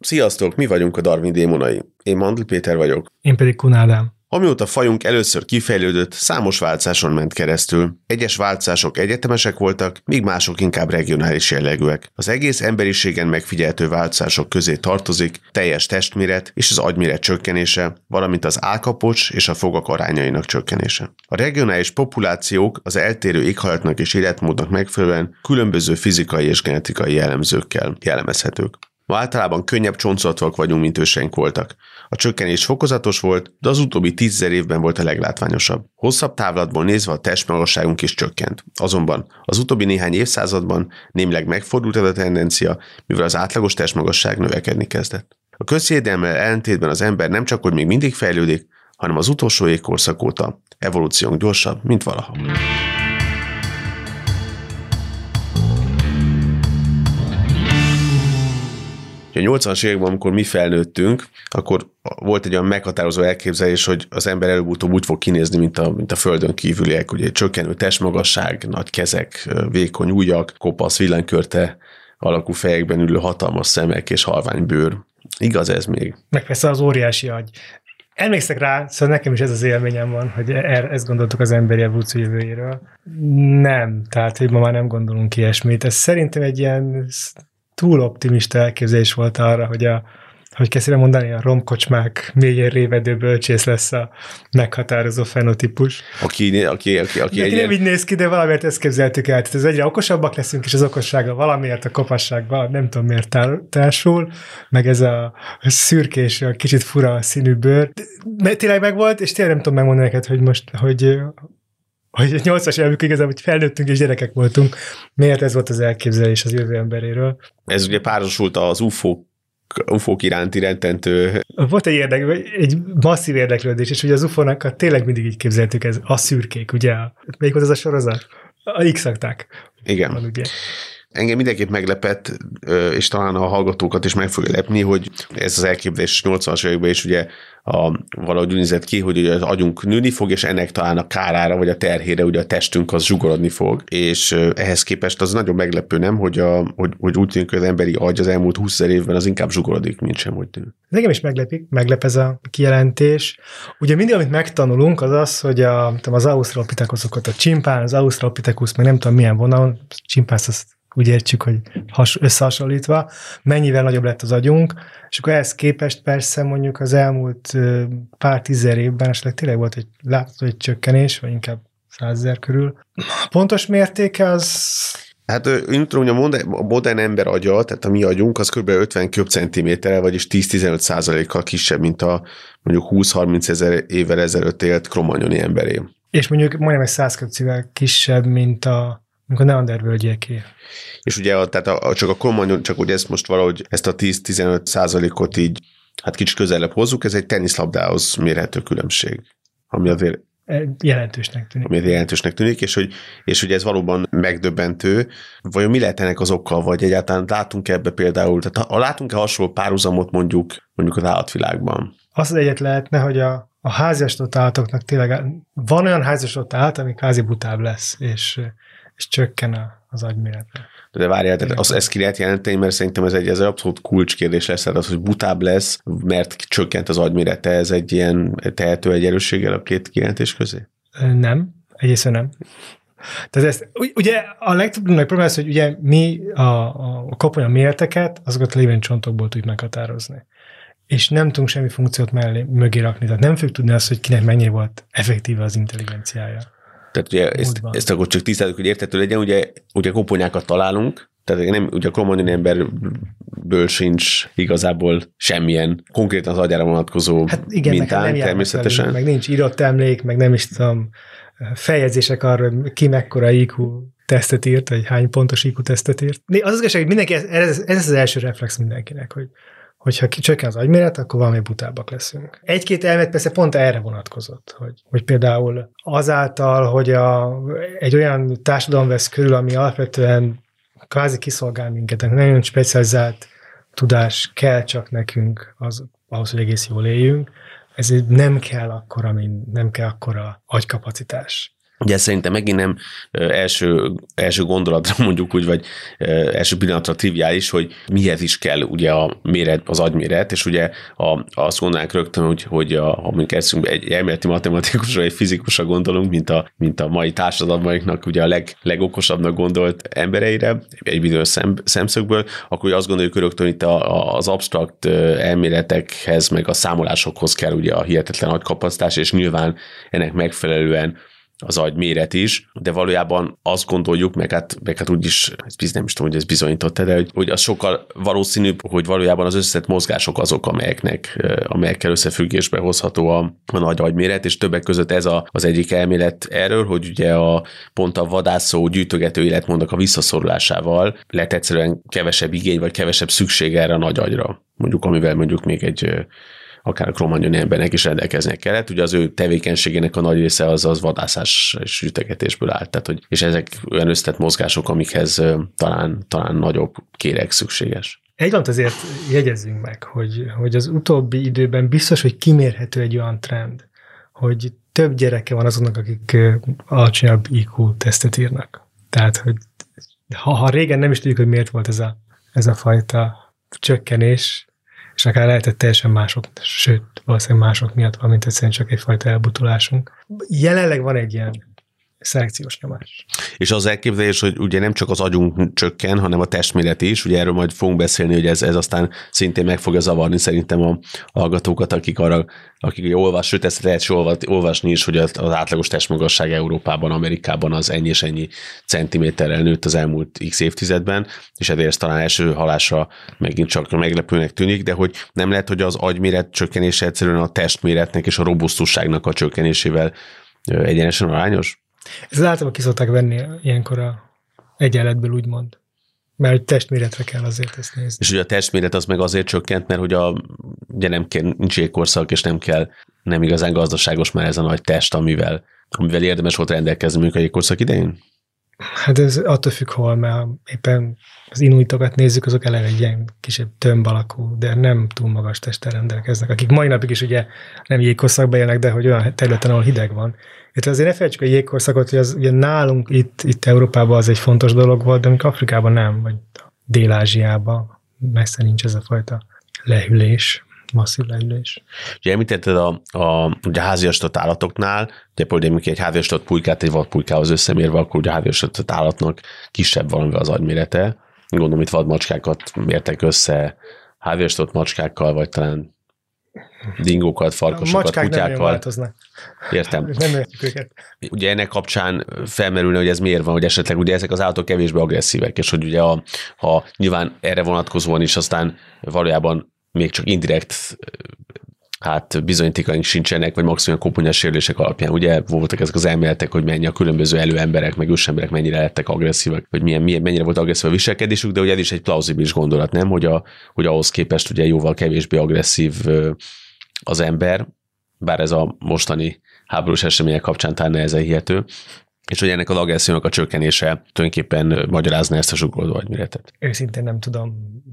Sziasztok, mi vagyunk a Darwin démonai. Én Mandl Péter vagyok. Én pedig Kun Ádám. Amióta fajunk először kifejlődött, számos változáson ment keresztül. Egyes változások egyetemesek voltak, míg mások inkább regionális jellegűek. Az egész emberiségen megfigyelhető változások közé tartozik teljes testméret és az agyméret csökkenése, valamint az állkapocs és a fogak arányainak csökkenése. A regionális populációk az eltérő éghajlatnak és életmódnak megfelelően különböző fizikai és genetikai jellemzőkkel jellemezhetők. Ma általában könnyebb csontszatúak vagyunk, mint őseink voltak. A csökkenés fokozatos volt, de az utóbbi 10 000 évben volt a leglátványosabb. Hosszabb távlatból nézve a testmagasságunk is csökkent. Azonban az utóbbi néhány évszázadban némileg megfordult ez a tendencia, mivel az átlagos testmagasság növekedni kezdett. A közhiedelemmel ellentétben az ember nem csak hogy még mindig fejlődik, hanem az utolsó jégkorszak óta evolúciónk gyorsabb, mint valaha. A 80-as években, amikor mi felnőttünk, akkor volt egy olyan meghatározó elképzelés, hogy az ember előbb-utóbb úgy fog kinézni, mint a földön kívüliek, ugye csökkenő testmagasság, nagy kezek, vékony ujjak, kopasz villanykörte alakú fejekben ülő hatalmas szemek és halvány bőr. Igaz ez még? Meg persze az óriási agy. Emlékszek rá, szóval nekem is ez az élményem van, hogy ezt gondoltuk az emberi evolúció jövőjéről. Nem, tehát hogy ma már nem gondolunk ilyesmit. Ez szerintem egy ilyen túl optimista elképzelés volt arra, hogy kezdjére mondani, a romkocsmák mélyen révedő bölcsész lesz a meghatározó fenotípus. Aki nem így néz ki, de valamiért ezt képzeltük el. Tehát ez egyre okosabbak leszünk, és az okossága valamiért a kopasság nem tudom miért társul, meg ez a szürkés, a kicsit fura színű bőr. Tényleg megvolt, és tényleg nem tudom megmondani neked, hogy most, hogy 80-as évek igazából, hogy felnőttünk és gyerekek voltunk. Miért ez volt az elképzelés az jövő emberéről? Ez ugye párosult az UFO-k iránti rettentő. Volt egy masszív érdeklődés, és ugye az UFO-nak tényleg mindig így képzeltük, ez a szürkék, ugye? Melyik volt ez a sorozat? A X-akták. Igen. Van, ugye? Engem mindenképp meglepett, és talán a hallgatókat is meg fogja lepni, hogy ez az elképzelés 80-as években is ugye valahogy úgy nézett ki, hogy ugye az agyunk nőni fog, és ennek talán a kárára, vagy a terhére ugye a testünk az zsugorodni fog. És ehhez képest az nagyon meglepő, nem, hogy úgy tűnik, hogy az emberi agy az elmúlt 20 000 évben az inkább zsugorodik, mint sem, hogy nő. Engem is meglep ez a kijelentés. Ugye mindig, amit megtanulunk, az az, hogy az ausztralopitekusokat, a csimpán, az ausztralopithecus, meg nem tudom milyen vonalon, csimpánz azt úgy értsük, hogy összehasonlítva, mennyivel nagyobb lett az agyunk, és akkor ehhez képest persze mondjuk az elmúlt pár 10 000 évben esetleg tényleg volt látható egy csökkenés, vagy inkább 100 000 körül. A pontos mértéke az... Hát én tudom, hogy a modern ember agya, tehát a mi agyunk, az kb. 50 köbcentiméterrel, vagyis 10-15%-kal kisebb, mint a mondjuk 20-30 000 évvel ezelőtt élt kromagnoni emberé. És mondjuk majdnem egy 100 köbcivel kisebb, mint a neandervölgyeké. És ugye csak a kromagnon, csak ugye ezt most valahogy ezt a 10-15%-ot így hát kicsit közelebb hozzuk, ez egy teniszlabdához mérhető különbség, ami azért jelentősnek tűnik, és hogy ez valóban megdöbbentő. Vajon mi lehet ennek az okkal, vagy egyáltalán látunk ebbe például, tehát látunk-e hasonló párhuzamot mondjuk az állatvilágban? Az egyet lehetne, hogy a háziasított állatoknak tényleg van olyan háziasított állat, ami kvázi butább lesz, és csökken az agymérete. De várjál, ezt ki lehet jelenteni, mert szerintem ez egy abszolút kulcskérdés lesz, tehát az, hogy butább lesz, mert csökkent az agymérete, ez egy ilyen tehető egyenlőséggel a két kijelentés közé? Nem, egészen nem. Tehát ez, ugye a legtöbb probléma az, hogy ugye mi a koponya méreteket, azokat a lévén csontokból tudjuk meghatározni. És nem tudunk semmi funkciót mögé rakni, tehát nem fogjuk tudni azt, hogy kinek mennyi volt effektíve az intelligenciája. Tehát ugye ezt akkor csak tisztázunk, hogy érthető legyen, ugye koponyákat találunk, tehát nem, ugye a kromagnoni emberből sincs igazából semmilyen konkrétan az agyára vonatkozó mintánk természetesen. Velünk, meg nincs írott emlék, meg nem is tudom, feljegyzések arra, ki mekkora IQ tesztet írt, vagy hány pontos IQ tesztet írt. Az az igazság, hogy mindenki, ez az első reflex mindenkinek, hogyha csökken az agyméret, akkor valami butábbak leszünk. Egy-két elmélet persze pont erre vonatkozott, hogy például azáltal, hogy egy olyan társadalom vesz körül, ami alapvetően kvázi kiszolgál minket, nagyon specializált tudás kell csak nekünk ahhoz, hogy egész jól éljünk, ezért nem kell akkora agykapacitás. Ugye szerintem megint nem első gondolatra mondjuk úgy, vagy első pillanatra triviális, hogy mihez is kell ugye a méret, az agyméret, és ugye azt gondolnánk rögtön, hogy ha mondjuk egy elméleti matematikusra, egy fizikusra gondolunk, mint a mai társadalmainknak ugye a legokosabbnak gondolt embereire, egy bizonyos szemszögből, akkor azt gondoljuk rögtön itt az absztrakt elméletekhez, meg a számolásokhoz kell ugye a hihetetlen agykapacitás, és nyilván ennek megfelelően az agyméret is, de valójában azt gondoljuk, meg hát úgyis, nem is tudom, hogy ez bizonyított, de hogy az sokkal valószínűbb, hogy valójában az összetett mozgások azok, amelyekkel összefüggésbe hozható a nagy agyméret, és többek között ez az egyik elmélet erről, hogy ugye pont a vadászó, gyűjtögető életmódnak a visszaszorulásával lett egyszerűen kevesebb igény, vagy kevesebb szükség erre a nagy agyra. Mondjuk, amivel mondjuk még akár a kromagnoni embernek is rendelkeznek kellett. Ugye az ő tevékenységének a nagy része az vadászás és gyűjtögetésből állt. Tehát, és ezek olyan összetett mozgások, amikhez talán nagyobb kéreg szükséges. Egy valamit azért jegyezzünk meg, hogy az utóbbi időben biztos, hogy kimérhető egy olyan trend, hogy több gyereke van azoknak, akik alacsonyabb IQ tesztet írnak. Tehát, hogy ha régen nem is tudjuk, hogy miért volt ez a fajta csökkenés, és akár lehetett teljesen mások, sőt, valószínűleg mások miatt van, mint egyszerűen csak egyfajta elbutulásunk. Jelenleg van egy ilyen szelekciós nyomás. És az elképzelés, hogy ugye nem csak az agyunk csökken, hanem a testméret is, ugye erről majd fogunk beszélni, hogy ez aztán szintén meg fogja zavarni szerintem a hallgatókat, akik sőt, ezt lehet olvasni is, hogy az átlagos testmagasság Európában, Amerikában az ennyi és ennyi centiméterrel nőtt az elmúlt x évtizedben, és ezért talán első hallásra megint csak meglepőnek tűnik, de hogy nem lehet, hogy az agyméret csökkenése egyszerűen a testméretnek és a robusztusságnak a csökkenésével egyenesen arányos? Ez általában ki szokták venni ilyenkor a egyenletből, úgymond. Mert hogy testméretre kell azért ezt nézni. És ugye a testméret az meg azért csökkent, mert hogy ugye nincs jégkorszak, és nem igazán gazdaságos már ez a nagy test, amivel érdemes volt rendelkezni mondjuk a jégkorszak idején? Hát ez attól függ hol, mert éppen az inuitokat nézzük, azok eleve egy ilyen kisebb tömb alakú, de nem túl magas testtel rendelkeznek, akik mai napig is ugye nem jégkorszakban élnek, de hogy olyan területen, ahol hideg van. Itt azért ne felejtsük a jégkorszakot, hogy az ugye nálunk itt Európában az egy fontos dolog volt, de amikor Afrikában nem, vagy Dél-Ázsiában messze nincs ez a fajta lehűlés, masszív lehűlés. Ugye említetted ugye a háziasított állatoknál, ugye például egy háziasított pulykát egy vadpulykához összemérve, akkor ugye a háziasított állatnak kisebb valamivel az agymérete. Gondolom, itt vadmacskákat mértek össze háziasított macskákkal, vagy talán dingókat, farkasokat, kutyákkal. Értem. Nem értjük őket. Ugye ennek kapcsán felmerülne, hogy ez miért van, hogy esetleg ugye ezek az állatok kevésbé agresszívek, és hogy ugye ha nyilván erre vonatkozóan is aztán valójában még csak indirekt bizonyítékaink sincsenek, vagy maximum koponyás sérülések alapján. Ugye voltak ezek az elméletek, hogy mennyi a különböző előemberek, meg ősemberek mennyire lettek agresszívek, vagy mennyire volt agresszív a viselkedésük, de ugye ez is egy plauzibilis gondolat, nem? Hogy ahhoz képest ugye jóval kevésbé agresszív az ember, bár ez a mostani háborús események kapcsán talán nehezen hihető, és hogy ennek az agressziónak a csökkenése tulajdonképpen magyarázna ezt a zsugorodó agyméretet. Őszintén nem tudom.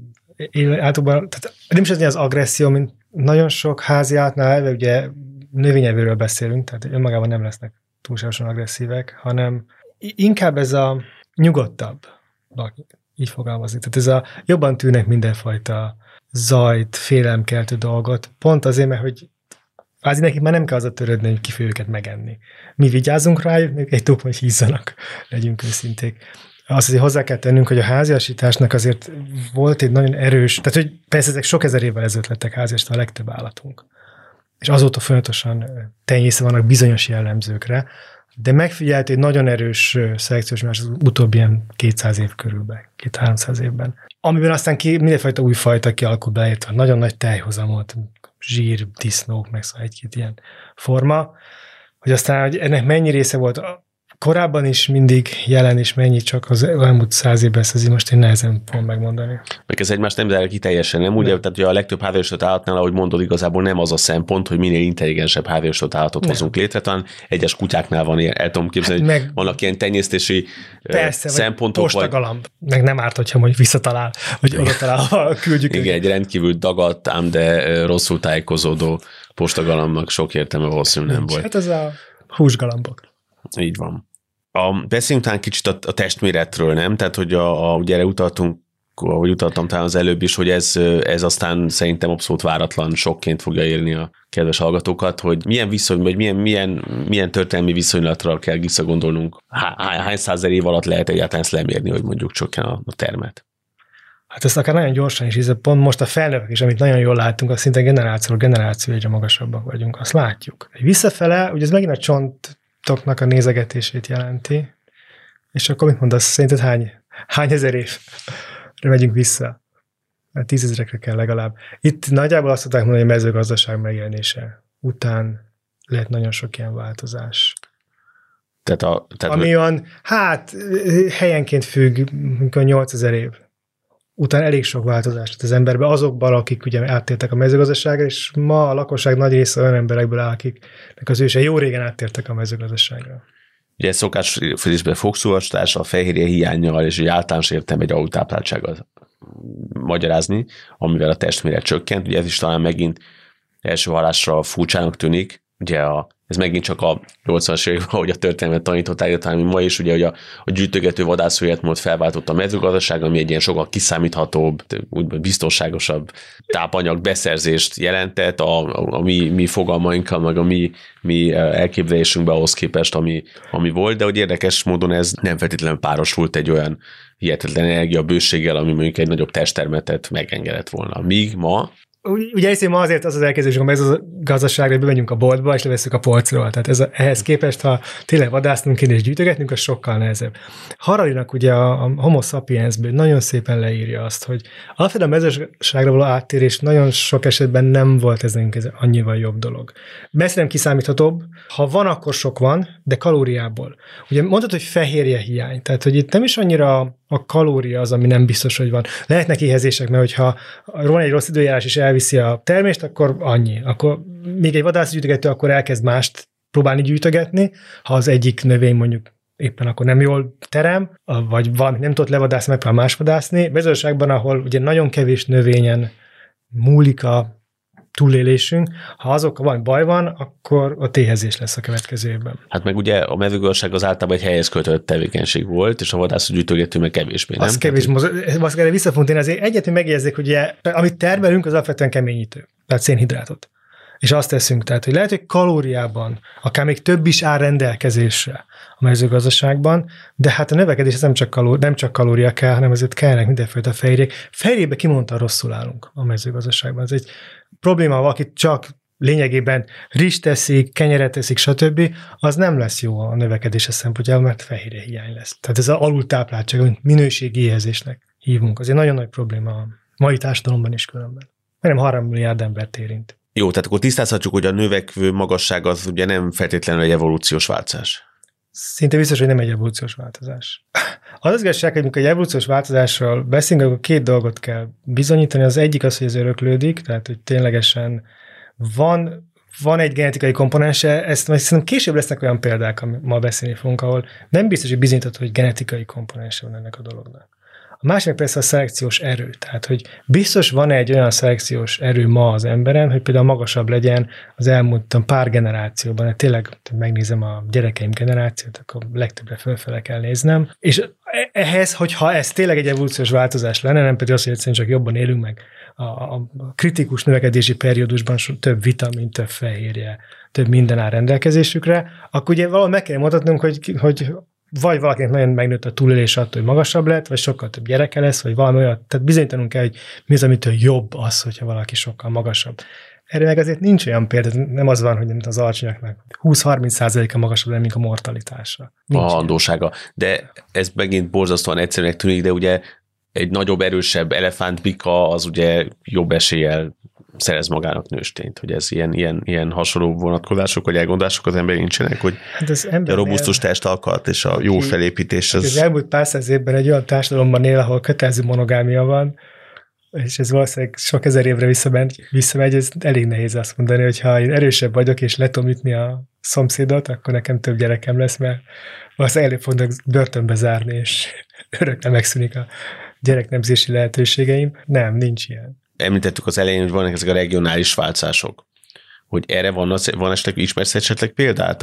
Én általában, tehát nem is az agresszió, mint nagyon sok házi állatnál elve ugye növényevőről beszélünk, tehát önmagában nem lesznek túlságosan agresszívek, hanem inkább ez a nyugodtabb, így fogalmazik. Tehát ez a jobban tűnnek mindenfajta zajt, félelemkeltő dolgot, pont azért, mert hogy nekik már nem kell az a törődni, hogy ki fog őket megenni. Mi vigyázunk rájuk, egy túl, hogy hízzanak, legyünk őszinték. Azt azért hozzá kell tennünk, hogy a háziasításnak azért volt egy nagyon erős, tehát hogy persze ezek sok ezer évvel ezelőtt lettek háziasítva a legtöbb állatunk. És azóta folyamatosan tenyészve vannak bizonyos jellemzőkre, de megfigyelt egy nagyon erős szelekciós nyomás az utóbbi ilyen 200 év körülben, 200-300 évben. Amiben aztán mindenfajta új fajta kialakul beértve, nagyon nagy tejhozamot, zsír, disznók, meg szóval egy-két ilyen forma, hogy aztán hogy ennek mennyi része volt korábban is mindig jelen, és mennyi csak az elmúlt 100 évben, ez most én nehezen fogom megmondani. Meg ez egymást nem zárja ki teljesen, nem? Ugye, tehát ugye a legtöbb háziasított állatnál, ahogy mondod, igazából nem az a szempont, hogy minél intelligensebb háziasított állatot hozunk létre, talán egyes kutyáknál van ilyen, el tudom képzelni, hogy vannak ilyen tenyésztési szempontok. Postagalamb. Meg nem árt, hogyha mondjuk visszatalál, vagy oda talál, küldjük. Igen, egy rendkívül dagadt, ám de rosszul tájékozódó postagalambnak sok értelme valószínűleg nem volt. Hát ez a húsgalambok. Így van. Beszéljünk talán kicsit a testméretről, nem? Tehát, hogy ugye erre utaltunk, ahogy utaltam talán az előbb is, hogy ez aztán szerintem abszolút váratlan sokként fogja érni a kedves hallgatókat, hogy milyen viszony, vagy milyen történelmi viszonylatra kell visszagondolnunk, hány százezer év alatt lehet egyáltalán ezt lemérni, hogy mondjuk csökken a termet. Hát ezt akár nagyon gyorsan is, hiszen pont most a felnövek is, amit nagyon jól látunk, az szinte generáció egyre magasabbak vagyunk, azt látjuk. Visszafele, ugye ez megint a csontoknak a nézegetését jelenti, és akkor mit mondasz, szerinted hány ezer évre megyünk vissza? 10 000-ekre kell legalább. Itt nagyjából azt tudták mondani, hogy a mezőgazdaság megjelenése után lehet nagyon sok ilyen változás. Ami olyan, helyenként függ, amikor 8000 év. Utána elég sok változás lett az emberben, azokban, akik ugye áttértek a mezőgazdaságra, és ma a lakosság nagy része olyan emberekből áll, akiknek az őse jó régen áttértek a mezőgazdaságra. Ugye szokás főzésben fogszúvastás, a fehérje hiánnyal és egy általános értelme egy alultápláltsággal magyarázni, amivel a testméret csökkent. Ugye ez is talán megint első hallásra furcsának tűnik. Ugye ez megint csak a 80-as években, ahogy a történelmet tanították, talán ma is, ugye, hogy a gyűjtögető vadászó életmód felváltott a mezőgazdaság, ami egy ilyen sokkal kiszámíthatóbb, úgymond biztonságosabb tápanyag beszerzést jelentett, a mi fogalmainkkal, meg a mi elképzelésünkben ahhoz képest, ami volt, de hogy érdekes módon ez nem feltétlenül párosult egy olyan hihetetlen energiabőséggel, ami mondjuk egy nagyobb testtermetet megengedett volna. Míg ma ugye egyszerűen ma azért az elképzelésünk, hogy ez a gazdaságra, hogy bemegyünk a boltba, és levesszük a polcról. Tehát ehhez képest, ha tényleg vadásznunk kéne és gyűjtögetnünk, az sokkal nehezebb. Hararinak ugye a Homo sapiensből nagyon szépen leírja azt, hogy alapvetően a mezőgazdaságra való áttérés nagyon sok esetben nem volt ez annyival jobb dolog. Messze nem kiszámíthatóbb, ha van, akkor sok van, de kalóriából. Ugye mondtad, hogy fehérje hiány, tehát hogy itt nem is annyira a kalória az, ami nem biztos, hogy van. Lehetnek éhezések, mert hogyha van egy rossz időjárás és elviszi a termést, akkor annyi. Akkor még egy vadászgyűjtögető akkor elkezd mást próbálni gyűjtögetni, ha az egyik növény mondjuk éppen akkor nem jól terem, vagy valamit nem tudott levadászni, megpróbál más vadászni. Mezőgazdaságban, ahol ugye nagyon kevés növényen múlik a túlélésünk, ha azokkal valami baj van, akkor a éhezés lesz a következő évben. Hát meg ugye a mezőgazdaság az általában egy helyhez kötött tevékenység volt, és a vadászgyűjtögető meg kevésbé, nem? Az kevés, azt kell visszafontani, azért egyetlen megjegyezzék, hogy ugye, amit termelünk, az alapvetően keményítő, tehát szénhidrátot. És azt teszünk, tehát hogy lehet, hogy kalóriában, akár még több is áll rendelkezésre a mezőgazdaságban, de hát a növekedés ez nem csak kalória kell, hanem azért kellnek mindenfajta fehérjék. Fehérjébe kimondta rosszul állunk a mezőgazdaságban. Ez egy probléma, ha valaki csak lényegében rizst teszik, kenyeret teszik, stb., az nem lesz jó a növekedése szempontjából, mert fehérje hiány lesz. Tehát ez az alultápláltság, amit minőségi éhezésnek hívunk. Az egy nagyon nagy probléma a mai társadalomban is különben. Nem 3 milliárd embert érint. Jó, tehát akkor tisztázhatjuk, hogy a növekvő magasság az ugye nem feltétlenül egy evolúciós változás. Szinte biztos, hogy nem egy evolúciós változás. Az igazság, hogy amikor egy evolúciós változásról beszélünk, akkor 2 dolgot kell bizonyítani. Az egyik az, hogy ez öröklődik, tehát hogy ténylegesen van egy genetikai komponense, ezt majd szerintem később lesznek olyan példák, amit ma beszélni fogunk, ahol nem biztos, hogy bizonyítható, hogy genetikai komponense van ennek a dolognak. A másik persze a szelekciós erő. Tehát, hogy biztos van egy olyan szelekciós erő ma az emberen, hogy például magasabb legyen az elmúlt pár generációban. Hát tényleg megnézem a gyerekeim generációt, akkor legtöbbre fölfele kell néznem. És ehhez, hogyha ez tényleg egy evolúciós változás lenne, nem pedig az, hogy egyszerűen csak jobban élünk meg a kritikus növekedési periódusban több vitamin, több fehérje, több minden áll rendelkezésükre, akkor ugye valahol meg kell mutatnunk, hogy vagy valakinek nagyon megnőtt a túlélés attól, hogy magasabb lett, vagy sokkal több gyereke lesz, vagy valami olyat. Tehát bizonyítanunk kell, hogy mi az, amitől jobb az, hogyha valaki sokkal magasabb. Erre meg azért nincs olyan példa, nem az van, hogy az alacsonyaknak 20-30%-a magasabb lenne, mint a mortalitása. A halandósága. De ez megint borzasztóan egyszerűnek tűnik, de ugye egy nagyobb, erősebb elefántbika az ugye jobb eséllyel szerez magának nőstényt, hogy ez ilyen hasonló vonatkozások, vagy elgondolások az emberi nincsenek, hogy hát a robusztus testalkat és a jó felépítés. Az elmúlt pár száz évben egy olyan társadalomban él, ahol kötelező monogámia van, és ez valószínűleg sok ezer évre visszamegy, ez elég nehéz azt mondani, hogy ha én erősebb vagyok, és le tudom ütni a szomszédot, akkor nekem több gyerekem lesz, mert valószínűleg előbb fognak börtönbe zárni, és örökre megszűnik a gyereknemzési lehetőségeim. Nem, nincs ilyen. Említettük az elején, hogy vannak ezek a regionális változások. hogy erre van esetleg, ismersz esetleg példát,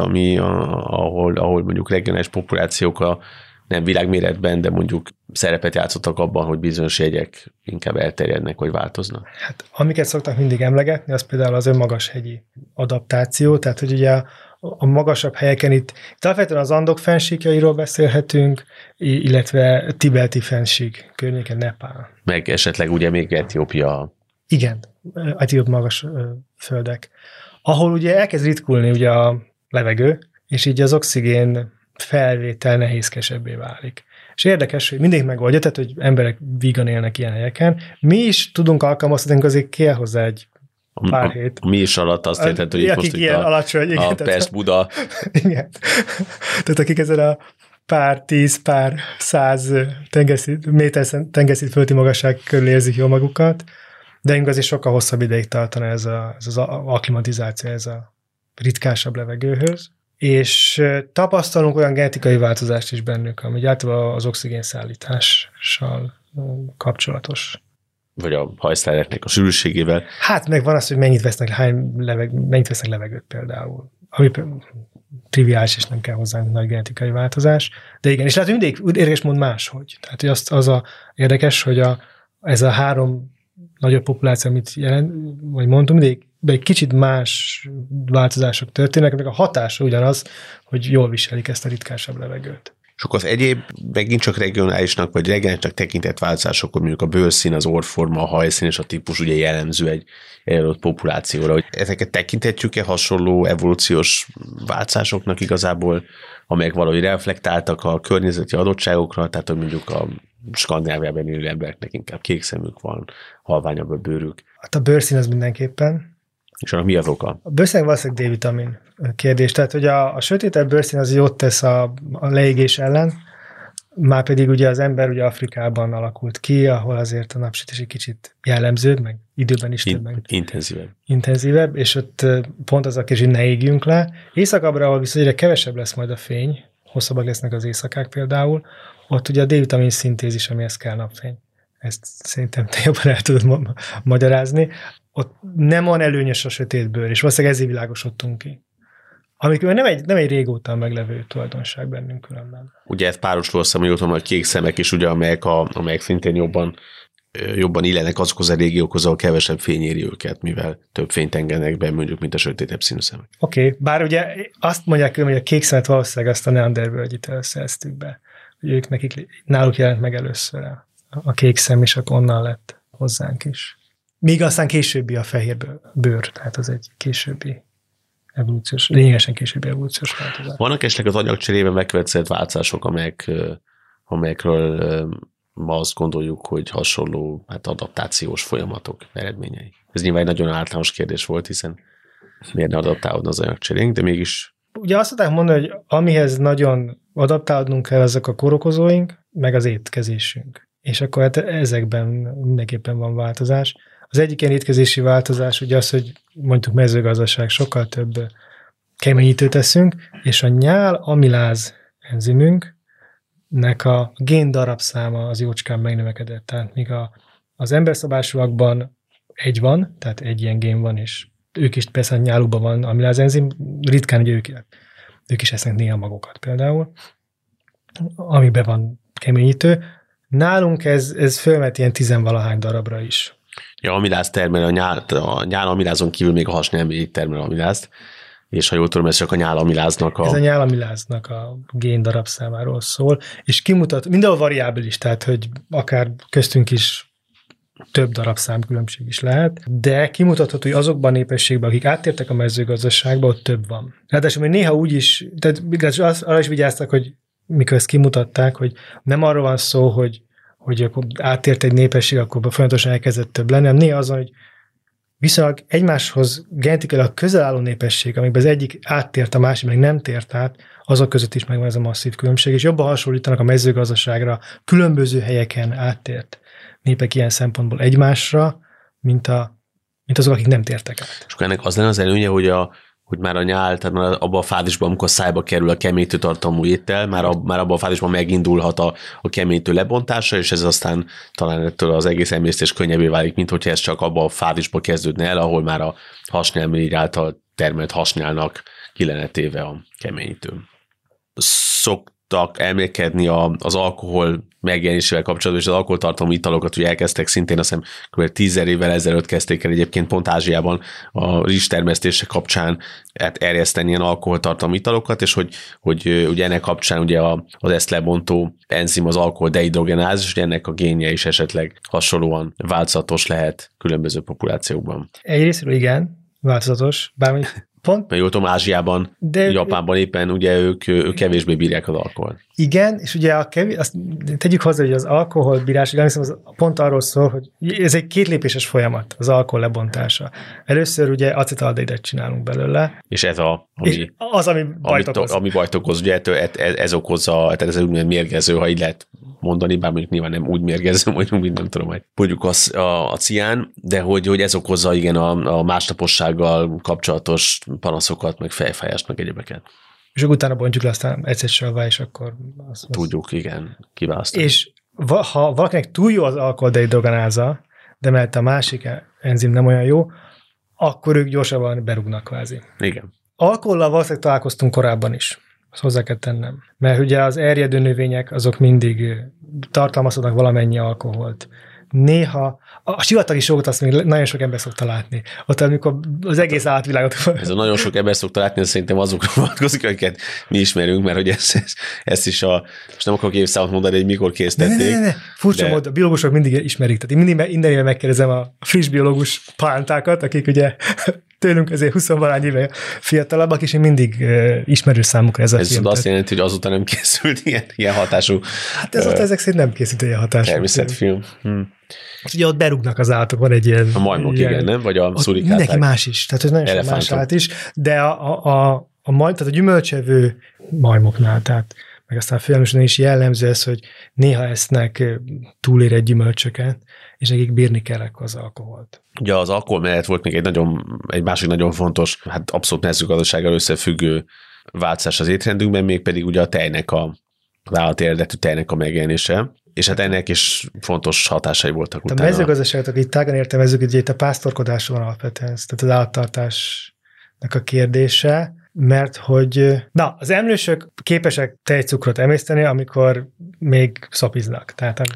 ahol mondjuk regionális populációk nem világméretben, de mondjuk szerepet játszottak abban, hogy bizonyos jegyek inkább elterjednek, vagy változnak? Hát amiket szoktak mindig emlegetni, az például az önmagashegyi adaptáció, tehát hogy ugye a magasabb helyeken itt alapvetően az Andok fennsíkjairól beszélhetünk, illetve tibeti fennsík környéken, Nepál. Meg esetleg ugye még Etiópia. Igen, etióp magas földek, ahol ugye elkezd ritkulni ugye a levegő, és így az oxigén felvétel nehézkesebbé válik. És érdekes, hogy mindig megoldja, tehát, hogy emberek vígan élnek ilyen helyeken. Mi is tudunk alkalmazkodni, azért kell hozzá egy pár hét. Mi is alatt azt érted, hogy itt most itt a Pest-Buda. Igen. Tehát akik ezen a pár 10, pár 100 méter tengerszint fölti magasság körül érzik jól magukat, de azért sokkal hosszabb ideig tartana ez az akklimatizáció, ez a ritkásabb levegőhöz. És tapasztalunk olyan genetikai változást is bennük, ami általában az oxigénszállítással kapcsolatos. Vagy a hajsztráreknek a sűrűségével. Hát meg van az, hogy mennyit vesznek levegőt például. Ami triviális, és nem kell hozzá nagy genetikai változás. De igen, és lehet, hogy mindig érdekes mond máshogy. Tehát, hogy az érdekes, hogy ez a 3 nagyobb populáció, amit vagy mondtunk, mindig de egy kicsit más változások történnek, meg a hatása ugyanaz, hogy jól viselik ezt a ritkásabb levegőt. És akkor az egyéb, megint csak regionálisnak, vagy regionálisnak tekintett változások, hogy mondjuk a bőrszín, az orrforma, a hajszín és a típus ugye jellemző egy adott populációra. Hogy ezeket tekinthetjük-e hasonló evolúciós változásoknak igazából, amelyek valahogy reflektáltak a környezeti adottságokra, tehát hogy mondjuk a Skandináviában élő embereknek inkább kék szemük van, halványabb a bőrük. Hát a bőrszín az mindenképpen. És annak mi az oka? A bőrszín valószínűleg D-vitamin kérdés. Tehát, hogy a sötétebb bőrszín az jót tesz a leégés ellen, már pedig ugye az ember ugye Afrikában alakult ki, ahol azért a napsütés egy kicsit jellemzőbb, meg időben is több. Intenzívebb, és ott pont az a kis, hogy ne égjünk le. Északabbra, ahol viszont egyre kevesebb lesz majd a fény, hosszabbak lesznek az éjszakák például, ott ugye a D-vitamin szintézis, amihez kell napfény. Ezt szerintem te jobban el tudod magyarázni. Ott nem van előnyös a sötét bőr, és valószínűleg ezért világosodtunk ki. Amikor nem egy régóta meglevő tulajdonság bennünk különben. Ugye ez párosul azt hiszem, hogy ott van a kék szemek is, ugye, amelyek szintén jobban illenek azokhoz a régiókhoz, ahol kevesebb fény éri őket, mivel több fényt engednek be, mondjuk, mint a sötétebb színű szemek. Oké, bár ugye azt mondják, hogy a kék szemet valószínűleg azt a neandervölgyitől szereztük be. Hogy náluk jelent meg először a kék szem, és akkor onnan lett hozzánk is. Míg aztán későbbi a fehér bőr, tehát az egy későbbi lényegesen későbbi evolúciós változás. Vannak esetleg az anyagcserében megkövetkezett változások, amelyekről ma azt gondoljuk, hogy hasonló adaptációs folyamatok eredményei. Ez nyilván egy nagyon általános kérdés volt, hiszen miért ne adaptálódna az anyagcserénk, de mégis. Ugye azt tudták mondani, hogy amihez nagyon adaptálódnunk kell, azok a kórokozóink, meg az étkezésünk. És akkor hát ezekben mindenképpen van változás. Az egyik ilyen étkezési változás ugye az, hogy mondjuk mezőgazdaság, sokkal több keményítőt teszünk, és a nyál-amiláz enzimünknek a géndarabszáma az jócskán megnövekedett. Tehát míg az emberszabásúakban egy van, tehát egy ilyen gén van, és ők is persze a nyálukban van amiláz enzim, ritkán ugye ők is esznek néha magokat például, amiben van keményítő. Nálunk ez fölmet ilyen 10-valahány darabra is. Ja, amiláz termel, a nyálamilázon kívül még a hasnyelmélyét termel amilázt, és ha jól tudom, ez csak a nyálamiláznak Ez a nyálamiláznak a gén darabszámáról szól, és kimutat, mindenhol variábilis, tehát hogy akár köztünk is több darabszám különbség is lehet, de kimutatható, hogy azokban a népességben, akik áttértek a mezőgazdaságba, ott több van. Ráadásul még néha úgy is, tehát arra is vigyáztak, hogy mikor ezt kimutatták, hogy nem arról van szó, hogy akkor áttért egy népesség, akkor folyamatosan elkezdett több lenni, hanem néha azon, hogy viszonylag egymáshoz genetikailag közel álló népesség, amiben az egyik áttért, a másik meg nem tért át, azok között is megvan ez a masszív különbség, és jobban hasonlítanak a mezőgazdaságra különböző helyeken áttért népek ilyen szempontból egymásra, mint azok, akik nem tértek át. És akkor ennek az lenne az előnye, hogy hogy már a nyál, tehát már abban a fázisban, amikor szájba kerül a keményítő tartalmú étel, már abban a fázisban megindulhat a keményítő lebontása, és ez aztán talán ettől az egész emésztés könnyebbé válik, mint hogyha ez csak abban a fázisban kezdődne el, ahol már a hasnyálmirigy által termelt hasnyálnak ki lenne téve a keményítő. Szoktak elmélkedni az alkohol megjelenésével kapcsolatban, és az alkoholtartalmú italokat ugye elkezdtek szintén, azt hiszem kb. 10 évvel ezelőtt kezdték el egyébként pont Ázsiában a rizstermesztése kapcsán erjeszteni ilyen alkoholtartalmú italokat, és hogy ugye ennek kapcsán ugye az ezt lebontó enzim az alkohol dehidrogenáz, és ennek a génje is esetleg hasonlóan változatos lehet különböző populációkban. Egyrésztről igen, változatos, bármi pont. Mert jól tudom, Ázsiában, Japánban éppen ugye ők kevésbé bírják az alkoholt. Igen, és ugye azt tegyük hozzá, hogy az alkoholbírás, az pont arról szól, hogy ez egy kétlépéses folyamat, az alkohol lebontása. Először ugye acetaldehidot csinálunk belőle. És ez ami bajt okoz. Ami bajt okoz, ugye ez okozza, tehát ez úgymond mérgező, ha így lehet mondani, bár mondjuk nyilván nem úgy mérgező, mondjuk nem tudom, hogy mondjuk a cián, de hogy ez okozza igen a másnapossággal kapcsolatos panaszokat, meg fejfájást, meg egyébeket. És utána bontjuk le aztán egyszerűen, és akkor... Tudjuk, igen, kiválasztani. És ha valakinek túl jó az alkoholdehidrogenáza, de mert a másik enzim nem olyan jó, akkor ők gyorsabban berúgnak kvázi. Igen. Alkohollal valószínűleg találkoztunk korábban is. Azt hozzá kell tennem. Mert ugye az erjedő növények azok mindig tartalmaznak valamennyi alkoholt. Néha a sivatagi sógot azt még nagyon sok ember szokta látni. Ott, amikor az egész átvilágot... Ez a nagyon sok ember szokta látni, ez szerintem azokra vonatkozik, akiket mi ismerünk, mert hogy ezt is most nem akarok évszámot mondani, hogy mikor készítették. Ne. Furcsa módon, a biológusok mindig ismerik. Tehát én mindenével megkérdezem a friss biológus pálántákat, akik ugye tőlünk ezért 20-valány éve fiatalabbak, és én mindig ismerő számukra ez a film. Ez azt jelenti, hogy azóta nem készült ilyen hatású... Hát ezek szerint nem készült ilyen hatású. Természetfilm. Ugye ott berúgnak az állatok, van egy ilyen... A majmok, igen, nem? Vagy a szurikáták. Mindenki más is, tehát ez nagyon sok más állat is, de tehát a gyümölcsevő majmoknál, tehát meg aztán filmesen is jellemző ez, hogy néha esznek túlérett gyümölcsöket, és nekik bírni kell akkor az alkoholt. Ugye az alkohol mellett volt még egy másik nagyon fontos, hát abszolút mezőgazdasággal összefüggő változás az étrendünkben, mégpedig ugye a tejnek az állati eredetű tejnek a megjelenése, és hát ennek is fontos hatásai voltak utána. A mezőgazdaságot, akik tágan értelmezzük, hogy itt a pásztorkodás van alapvetően, tehát az állattartásnak a kérdése, mert hogy az emlősök képesek tejcukrot emészteni, amikor még szapiznak.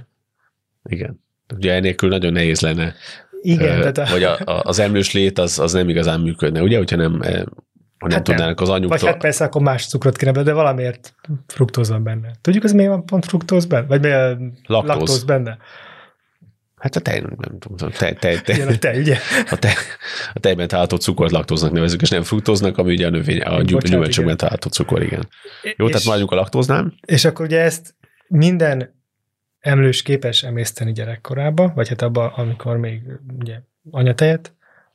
Igen. Ugye ennélkül nagyon nehéz lenne. Igen. Vagy az emlős lét az nem igazán működne, ugye? Hogyha nem tudnának az anyuktól. Vagy hát persze, akkor más cukrot kéne, de valamiért fruktóz van benne. Tudjuk, az miért van pont fruktóz benne? Vagy miért laktóz benne? Hát a tej, nem tudom. Igen, a tej, ugye? A tejben található cukrot laktóznak nevezzük, és nem fruktóznak, ami ugye a gyümölcsökben található cukor, igen. Jó, tehát maradjunk a laktóznál. És akkor ugye ezt minden emlős képes emészteni gyerekkorába, vagy hát abban, amikor még ugye anyatejet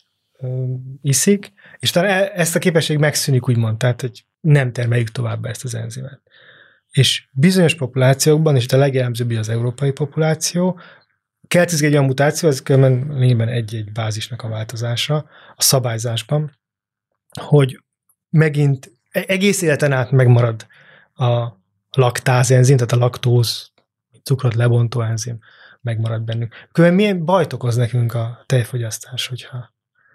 iszik, és talán ezt a képesség megszűnik, úgymond, tehát hogy nem termeljük tovább ezt az enzimet. És bizonyos populációkban, és itt a legjellemzőbb az európai populáció, keletkezik egy olyan mutáció, ez lényegében egy bázisnak a változása a szabályzásban, hogy megint egész életen át megmarad a laktázenzim, tehát a laktóz, cukrot lebontó enzim megmarad bennünk. Különben milyen bajt okoz nekünk a tejfogyasztás, hogyha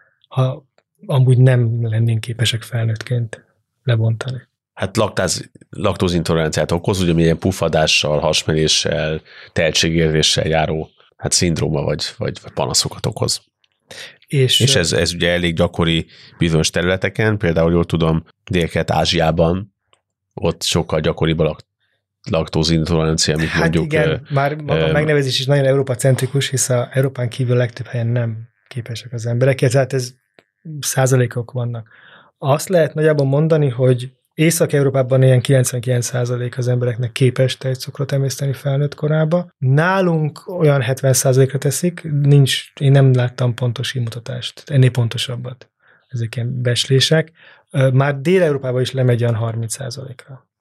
amúgy nem lennénk képesek felnőttként lebontani. Hát laktózintoleranciát okoz, ugye milyen puffadással, hasmenéssel, tehetségérvéssel járó szindróma vagy panaszokat okoz. És ez ugye elég gyakori bizonyos területeken, például jól tudom, Dél-Kelet-Ázsiában ott sokkal gyakoribb a laktózintolerancia, amit mondjuk... igen, már maga a megnevezés is nagyon Európa-centrikus, hisz a Európán kívül legtöbb helyen nem képesek az emberek, tehát ez százalékok vannak. Azt lehet nagyjából mondani, hogy Észak-Európában ilyen 99% az embereknek képes tejcukrot emészteni felnőtt korába. Nálunk olyan 70%-ra teszik, én nem láttam pontos kimutatást, ennél pontosabbat. Ezek ilyen becslések. Már Dél-Európában is lemegy olyan 30%-ra.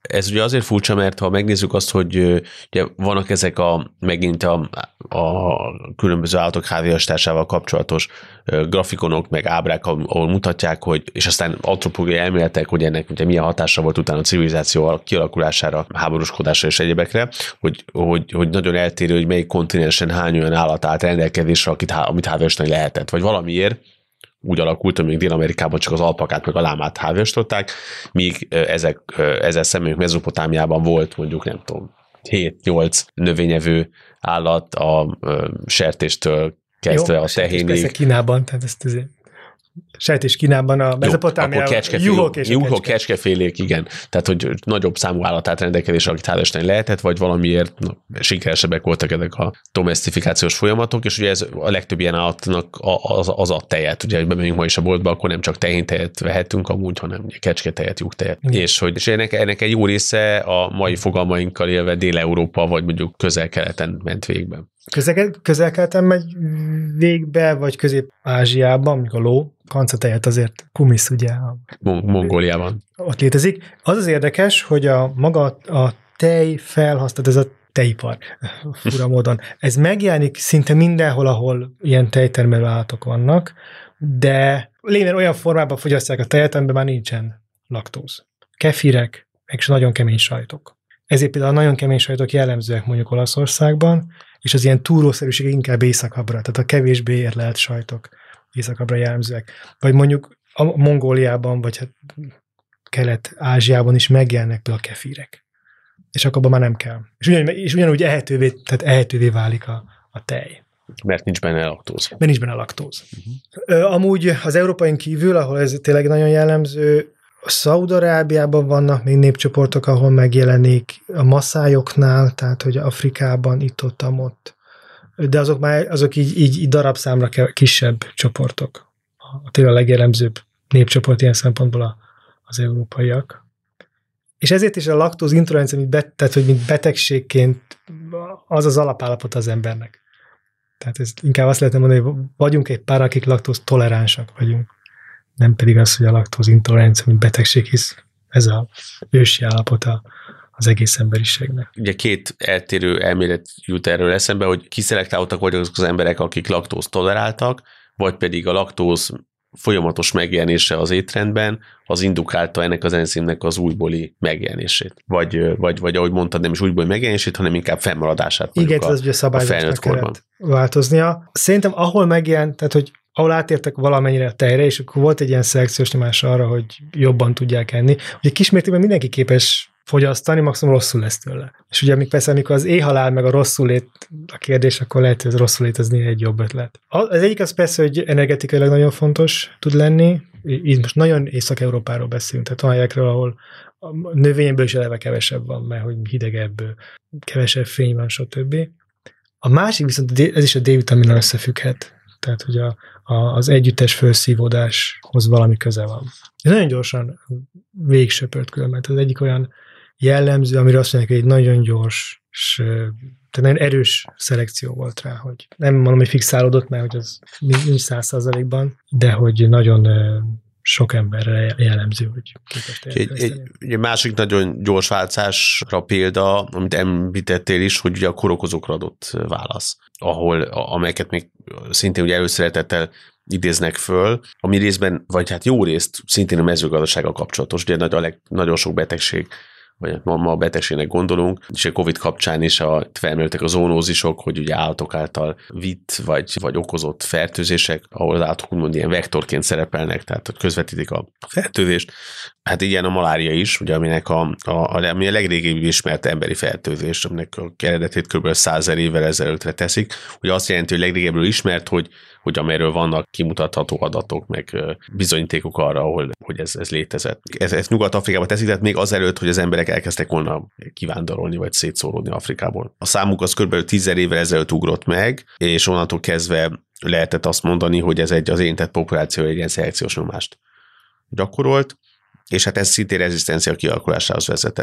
Ez ugye azért furcsa, mert ha megnézzük azt, hogy ugye vannak ezek megint a különböző állatok háziastásával kapcsolatos grafikonok, meg ábrák, ahol mutatják, hogy, és aztán antropológiai elméletek, hogy ennek ugye milyen hatása volt utána a civilizáció kialakulására, háborúskodásra és egyebekre, hogy nagyon eltérő, hogy melyik kontinensen hány olyan állat állt rendelkezésre, amit háziastani lehetett, vagy valamiért úgy alakult, hogy még Dél-Amerikában csak az alpakát meg a lámát háziastották, míg ezzel szemben Mezopotámiában volt mondjuk, nem tudom, 7-8 növényevő állat a sertéstől kezdve a tehénig. Persze Kínában, tehát ezt azért sertés Kínában, a Mezopotámiában juhok, kecskefélék, igen. Tehát, hogy nagyobb számú állatát rendelkezésre, akit háziastani lehetett, vagy valamiért sikeresebbek voltak ezek a domestifikációs folyamatok, és ugye ez a legtöbb ilyen állatnak az a tejet. Ugye, hogy bemegyünk ma is a boltba, akkor nem csak tehéntejet vehetünk amúgy, hanem ugye kecsketejet, juhtejet. És ennek egy jó része a mai fogalmainkkal élve Dél-Európa, vagy mondjuk Közel-Keleten ment végbe. Közel-Keleten megy végbe, vagy Közép-Ázsiában, mondjuk a ló, kancatejet azért kumisz, ugye. Mongóliában. Ott létezik. Az érdekes, hogy maga a tej felhasználat, ez a tejipar, fura módon. Ez megjelenik szinte mindenhol, ahol ilyen tejtermelő állatok vannak, de lévén olyan formában fogyasztják a tejet, amiben már nincsen laktóz. Kefirek, meg is nagyon kemény sajtok. Ezért például a nagyon kemény sajtok jellemzőek mondjuk Olaszországban, és az ilyen túrószerűség inkább északabbra, tehát a kevésbé érlelt sajtok északabbra jellemzőek. Vagy mondjuk a Mongóliában, vagy hát Kelet-Ázsiában is megjelennek például a kefirek. És akkor már nem kell. És ugyanúgy ehetővé válik a tej. Mert nincs benne laktóz. Mert nincs benne laktóz. Amúgy az Európain kívül, ahol ez tényleg nagyon jellemző, a Szaúd-Arábiában vannak még népcsoportok, ahol megjelenik a maszájoknál, tehát hogy Afrikában, ott, de azok így darabszámra kisebb csoportok. Tényleg a legjellemzőbb népcsoport ilyen szempontból az európaiak. És ezért is a laktóz intolerancia, tehát hogy mint betegségként az alapállapot az embernek. Tehát ez inkább azt lehetne mondani, hogy vagyunk egy pár, akik laktóz toleránsak vagyunk. Nem pedig az, hogy a laktóz intolerancia, mint betegség, hisz ez az ősi állapota az egész emberiségnek. Ugye két eltérő elmélet jut erről eszembe, hogy kiszelektáltak voltak azok az emberek, akik laktóz toleráltak, vagy pedig a laktóz folyamatos megjelenése az étrendben, az indukálta ennek az enzimnek az újbóli megjelenését. Vagy ahogy mondtad, nem is újbóli megjelenését, hanem inkább fennmaradását. Igen, ez ugye szabályozásnak kellett változnia. Szerintem ahol megjelent, tehát hogy ahol átértek valamennyire a tejre, és akkor volt egy ilyen szelekciós nyomás arra, hogy jobban tudják enni. Ugye kismértékben mindenki képes fogyasztani, maximum rosszul lesz tőle. És ugye amikor az éhhalál meg a rosszul lét a kérdés, akkor lehet, hogy ez rosszul létezni egy jobb ötlet. Az egyik az persze, hogy energetikailag nagyon fontos tud lenni. Itt most nagyon Észak-Európáról beszélünk, tehát olyan helyekről, ahol a növényből is eleve kevesebb van, mert hogy hidegebb, kevesebb fény van, stb. A másik viszont, ez is a D-vitaminnal összefügghet. Tehát, hogy az együttes felszívódáshoz valami köze van. Ez nagyon gyorsan végsöpört különben. Az egyik olyan jellemző, amire azt mondják, hogy egy nagyon gyors, tehát nagyon erős szelekció volt rá, hogy nem mondom, hogy fixálódott, mert hogy az nincs 100%-ban, de hogy nagyon sok emberre jellemző, hogy képes teljesíteni. Egy másik nagyon gyors változásra példa, amit említettél is, hogy ugye a kórokozókra adott válasz, amelyeket még szintén ugye előszeretettel idéznek föl, ami részben, vagy hát jó részt szintén a mezőgazdasággal kapcsolatos, ugye nagyon sok betegség, vagy ma a betegségnek gondolunk, és a Covid kapcsán is felmerültek a zoonózisok, hogy ugye állatok által vitt, vagy okozott fertőzések, ahol az állatok úgymond ilyen vektorként szerepelnek, tehát hogy közvetítik a fertőzést. Hát ilyen a malária is, ugye, ami a legrégebbi ismert emberi fertőzés, aminek a eredetét kb. 100 000 évvel ezelőttre teszik, hogy azt jelenti, hogy legrégebbről ismert, hogy amerről vannak kimutatható adatok, meg bizonyítékok arra, hogy ez létezett. Ez Nyugat-Afrikában teszik, tehát még azelőtt, hogy az emberek elkezdtek volna kivándorolni, vagy szétszóródni Afrikából. A számuk az kb. 10 000 évvel ezelőtt ugrott meg, és onnantól kezdve lehetett azt mondani, hogy ez az érintett populáció egy ilyen szelekciós nyomást gyakorolt, és hát ez szintén rezisztencia kialakulásához vezetett.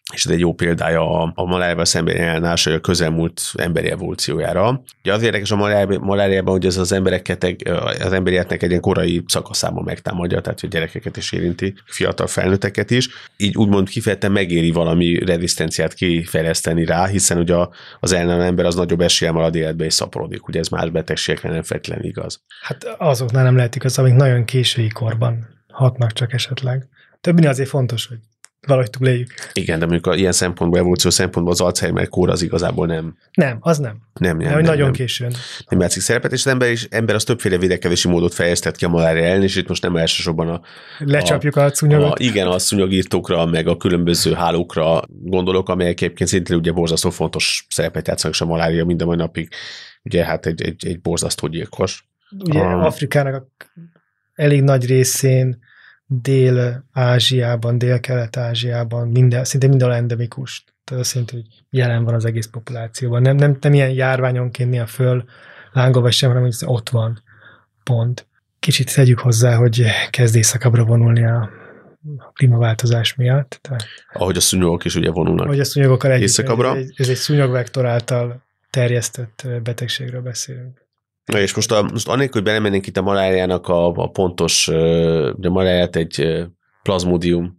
és ez egy jó példája a maláriával szemben ellenállás, vagy a közelmúlt emberi evolúciójára. Ugye az érdekes a maláriában, hogy ez az emberi életnek egy ilyen korai szakaszában megtámadja, tehát hogy gyerekeket is érinti, fiatal felnőtteket is. Így úgymond kifejezetten megéri valami rezisztenciát kifejleszteni rá, hiszen ugye az ellenálló ember az nagyobb eséllyel marad életbe és szaporodik. Ugye ez más betegségekre nem feltétlenül igaz. Hát azoknál nem lehet igaz, amik nagyon késői korban hatnak csak esetleg. Többnyire azért fontos, hogy valahogy túléljük. Igen, de mondjuk ilyen szempontból, evolúció szempontból az Alzheimer-kór az igazából nem. Nem, az nem. Nem, nagyon későn. Nem játszik szerepet, és az ember az többféle védekezési módot fejlesztett ki a malária ellen, és itt most nem elsősorban lecsapjuk a szúnyogot. Igen, a szúnyogírtókra, meg a különböző hálókra gondolok, amelyek egyébként szintén ugye borzasztó fontos szerepet játszanak, és a malária mind a mai napig ugye hát egy borzasztó gyilkos. Ugye Afrikának elég nagy részén Dél-Ázsiában, Dél-Kelet-Ázsiában szinte mindenhol endemikus. Tehát azt jelenti, hogy jelen van az egész populációban. Nem ilyen járványonként néha föl lángol sem, hanem hogy ott van. Pont. Kicsit tegyük hozzá, hogy kezd éjszakabbra vonulni a klímaváltozás miatt. Tehát, ahogy a szúnyogok is ugye vonulnak. Ahogy a szúnyogokkal együtt. Éjszakabbra. Ez egy szúnyogvektor által terjesztett betegségről beszélünk. Na és most annélkül, hogy belemennénk itt a maláriának a pontos, ugye a maláriát egy plazmodium,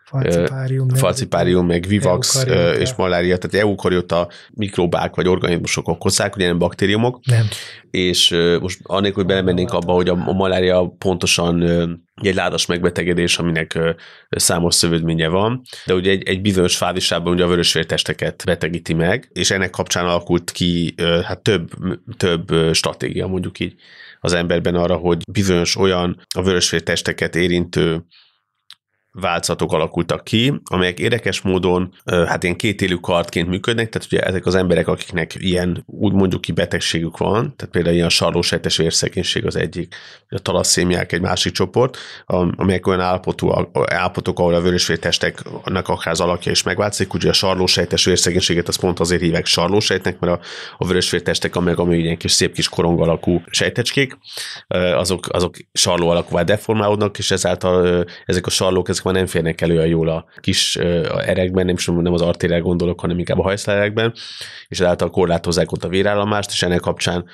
falciparum, meg vivax és malária, tehát eukariota mikróbák vagy organizmusok okozzák, ugye nem baktériumok. Nem. És most annélkül, hogy belemennénk abba, hogy a malária pontosan egy ládas megbetegedés, aminek számos szövődménye van, de ugye egy bizonyos fázisában ugye a vörösvértesteket betegíti meg, és ennek kapcsán alakult ki hát több stratégia mondjuk így az emberben arra, hogy bizonyos olyan a vörösvértesteket érintő változatok alakultak ki, amelyek érdekes módon hát ilyen kétélű kartként működnek, tehát ugye ezek az emberek, akiknek ilyen úgy mondjuk ki betegségük van, tehát például ilyen sarlósejtes vérszegénység az egyik, a talasszémiák egy másik csoport, amelyek olyan állapotok, ahol a vörösvértesteknek akár az alakja is megváltozik, ugye a sarlósejtes vérszegénységet az pont azért hívják sarlósejtnek, mert a vörösvértestek, ami ilyen kis szép kis korong alakú sejtecskék, azok sarló alakúvá deformálódnak, és ezáltal ezek a sarlók már nem férnek elő olyan jól a kis erekben, nem az artériára gondolok, hanem inkább a hajszlerekben, és ezáltal korlátozzák ott a vérállomást, és ennek kapcsán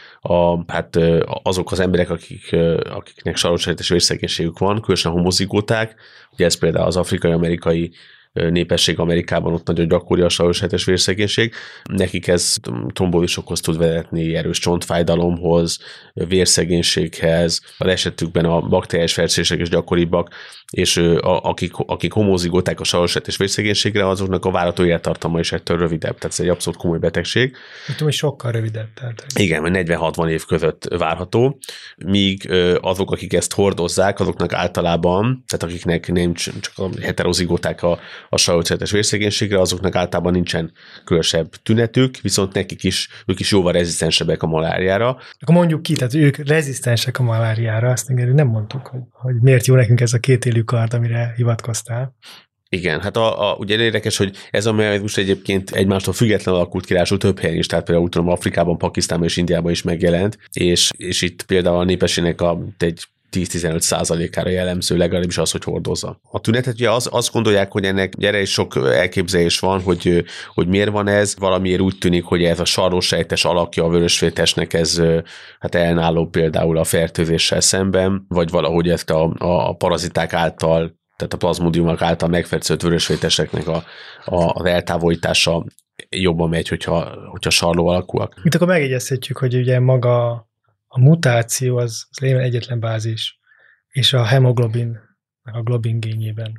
azok az emberek, akiknek sarlósejtes vérszegénységük van, különösen a homozigóták, ugye ez például az afrikai-amerikai népesség Amerikában ott nagyon gyakori a sarlósejtes vérszegénység. Nekik ez trombózisokhoz tud vezetni, erős csontfájdalomhoz, vérszegénységhez, az esetükben a bakteriális fertőzések is gyakoribbak, és akik homozigóták a sarlósejtes vérszegénységre, azoknak a várható élettartama is ettől rövidebb, tehát ez egy abszolút komoly betegség. Tudom, hogy sokkal rövidebb. Tehát. Igen, 40-60 év között várható, míg azok, akik ezt hordozzák, azoknak általában, tehát akiknek nem csak a heterozigóták a sarlósejtes vérszegénységre, azoknak általában nincsen különösebb tünetük, viszont ők is jóval rezisztensebbek a maláriára. Akkor mondjuk ki, tehát ők rezisztensek a maláriára, azt nem mondtuk, hogy miért jó nekünk ez a kétélű kard, amire hivatkoztál. Igen, hát ugye érdekes, hogy ez a mechanizmus egyébként egymástól függetlenül alakult ki, rásul több helyen is, tehát például úgy tudom, Afrikában, Pakisztánban és Indiában is megjelent, és itt például a népességnek egy 10-15%-ára jellemző legalábbis az, hogy hordozza. A tünetet ugye azt gondolják, hogy ennek gyere is sok elképzelés van, hogy miért van ez. Valamiért úgy tűnik, hogy ez a sarlósejtes alakja a vörösvértestnek ez hát ellenálló például a fertőzéssel szemben, vagy valahogy ezt a paraziták által, tehát a plazmodiumok által megfertőzött vörösvérteseknek az eltávolítása jobban megy, hogyha sarló alakúak. Itt akkor megjegyezhetjük, hogy ugye maga a mutáció az lényegében egyetlen bázis, és a hemoglobin, a globin gényében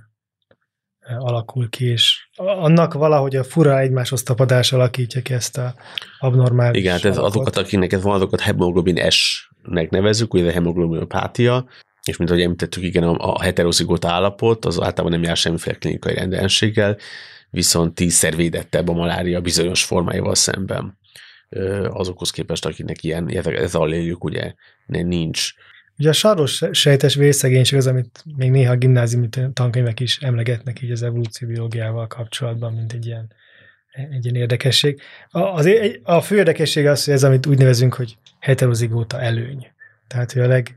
alakul ki, és annak valahogy a fura egymáshoz tapadás alakítja ki ezt a abnormális igen, hát azokat, akiknek ez van, azokat hemoglobin S-nek nevezzük, ugye a hemoglobinopátia, és mint ahogy említettük, igen, a heterozigóta állapot, az általában nem jár semmiféle klinikai rendellenséggel, viszont 10-szer védettebb a malária bizonyos formáival szemben azokhoz képest, akinek ez alléljük, ugye nincs. Ugye a sarlósejtes vérszegénység az, amit még néha a gimnáziumi tankönyvek is emlegetnek így az evolúcióbiológiával kapcsolatban, mint egy ilyen érdekesség. A fő érdekesség az, hogy ez, amit úgy nevezünk, hogy heterozigóta előny. Tehát, hogy a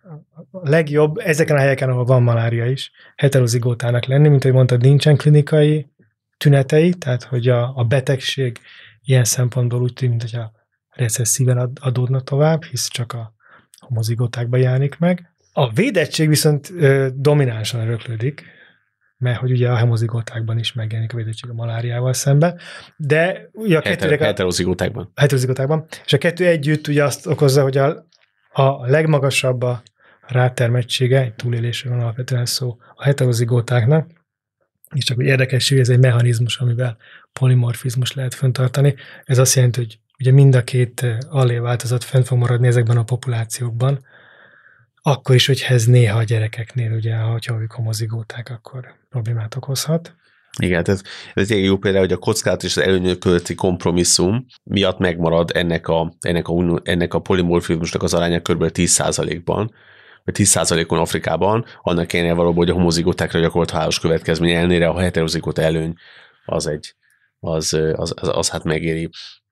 legjobb ezeken a helyeken, ahol van malária is, heterozigótának lenni, mint ahogy mondtad, nincsen klinikai tünetei, tehát hogy a betegség ilyen szempontból úgy tűnik, mintha recesszíven adódna tovább, hisz csak a homozigotákban jelenik meg. A védettség viszont dominánsan öröklődik, mert hogy ugye a homozigotákban is megjelenik a védettség a maláriával szemben, de ugye a heterozigotákban. És a kettő együtt ugye azt okozza, hogy a legmagasabb a rátermettsége, túlélésről van alapvetően szó a heterozigótáknak, és csak hogy érdekes, hogy ez egy mechanizmus, amivel polimorfizmus lehet fenntartani. Ez azt jelenti, hogy ugye mind a két alléváltozat fent fog maradni ezekben a populációkban, akkor is, hogyha ez néha a gyerekeknél, ugye, hogyha ők homozigóták, akkor problémát okozhat. Igen, ez egy jó példa, hogy a kockázat és az előnyök közötti kompromisszum miatt megmarad ennek a polimorfizmusnak az aránya kb. 10%-ban, vagy 10%-on Afrikában, annak ellenére valóban, hogy a homozigotákra gyakorolt halálos következmény ellenére a heterozigóta előny az hát megéri.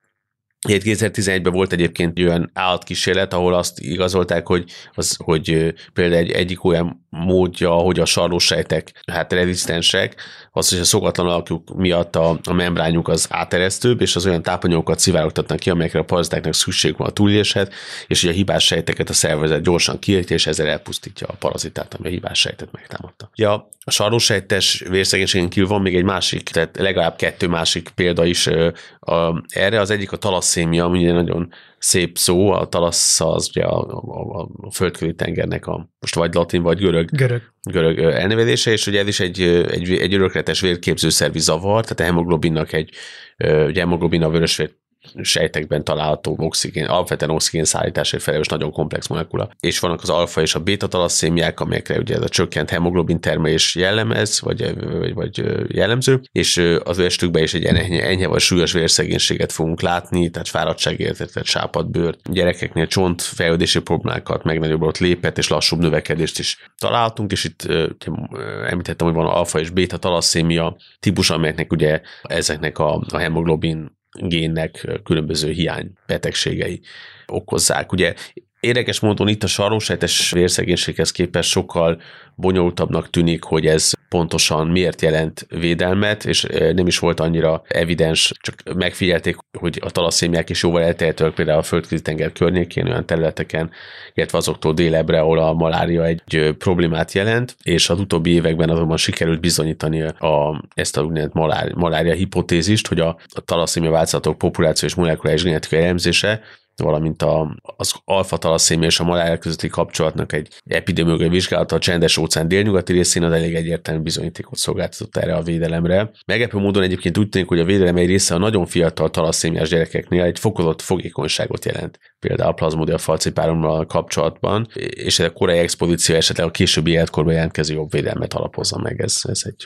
2011-ben volt egyébként egy olyan állatkísérlet, ahol azt igazolták, hogy például egyik olyan módja, hogy a sarlósejtek hát rezisztensek, az, hogy a szokatlan alakjuk miatt a membránjuk az áteresztőbb, és az olyan tápanyagokat szivárogtatnak ki, amelyekre a parazitáknak szükségük van a túléléshez, és hogy a hibás sejteket a szervezet gyorsan kiírtja, és ezzel elpusztítja a parazitát, ami a hibás sejtet megtámadta. Ja, a sarlósejtes vérszegénységen kívül van még egy másik, tehát legalább 2 másik példa is erre. Az egyik a talasszémia, ami ugye nagyon szép szó, a talasz az ugye a földközi tengernek most vagy latin, vagy görög elnevezése, és ugye ez is egy örökletes vérképzőszervi zavar, tehát a hemoglobinnak ugye hemoglobin a vörösvér sejtekben található alapvetően oxigén szállításért felelős nagyon komplex molekula. És vannak az alfa és a béta talasszémiák, amelyekre ugye ez a csökkent hemoglobin termelés jellemez, vagy jellemző, és az ő estükben is egy enyhe vagy súlyos vérszegénységet fogunk látni, tehát fáradtságérzetet, sápadt bőr, gyerekeknél csontfejlődési problémákat, megnagyobbodott lépet és lassúbb növekedést is találtunk, és itt említettem, hogy van alfa és béta talasszémia típus, amelyeknek ugye ezeknek a hemoglobin génnek különböző hiánybetegségei okozzák. Ugye érdekes módon itt a sarlósejtes vérszegénységhez képest sokkal bonyolultabbnak tűnik, hogy ez pontosan miért jelent védelmet, és nem is volt annyira evidens, csak megfigyelték, hogy a talasszémiák is jóval eltehetőek például a földközi tenger környékén, olyan területeken, illetve azoktól délebre, ahol a malária egy problémát jelent, és az utóbbi években azonban sikerült bizonyítani ezt a úgynevezett malária hipotézist, hogy a talasszémia változatok populáció és molekuláris genetikai elemzése, valamint az alfa-talasszémia és a malária közötti kapcsolatnak egy epidemiológiai vizsgálata a Csendes-óceán délnyugati részén az elég egyértelmű bizonyítékot szolgáltatott erre a védelemre. Meglepő módon egyébként úgy tűnik, hogy a védelem egy része a nagyon fiatal talasszémiás gyerekeknél egy fokozott fogékonyságot jelent, például a plazmodium falciparummal kapcsolatban, és a korai expozíció esetleg a későbbi életkorban jelentkező jobb védelmet alapozza meg. Ez egy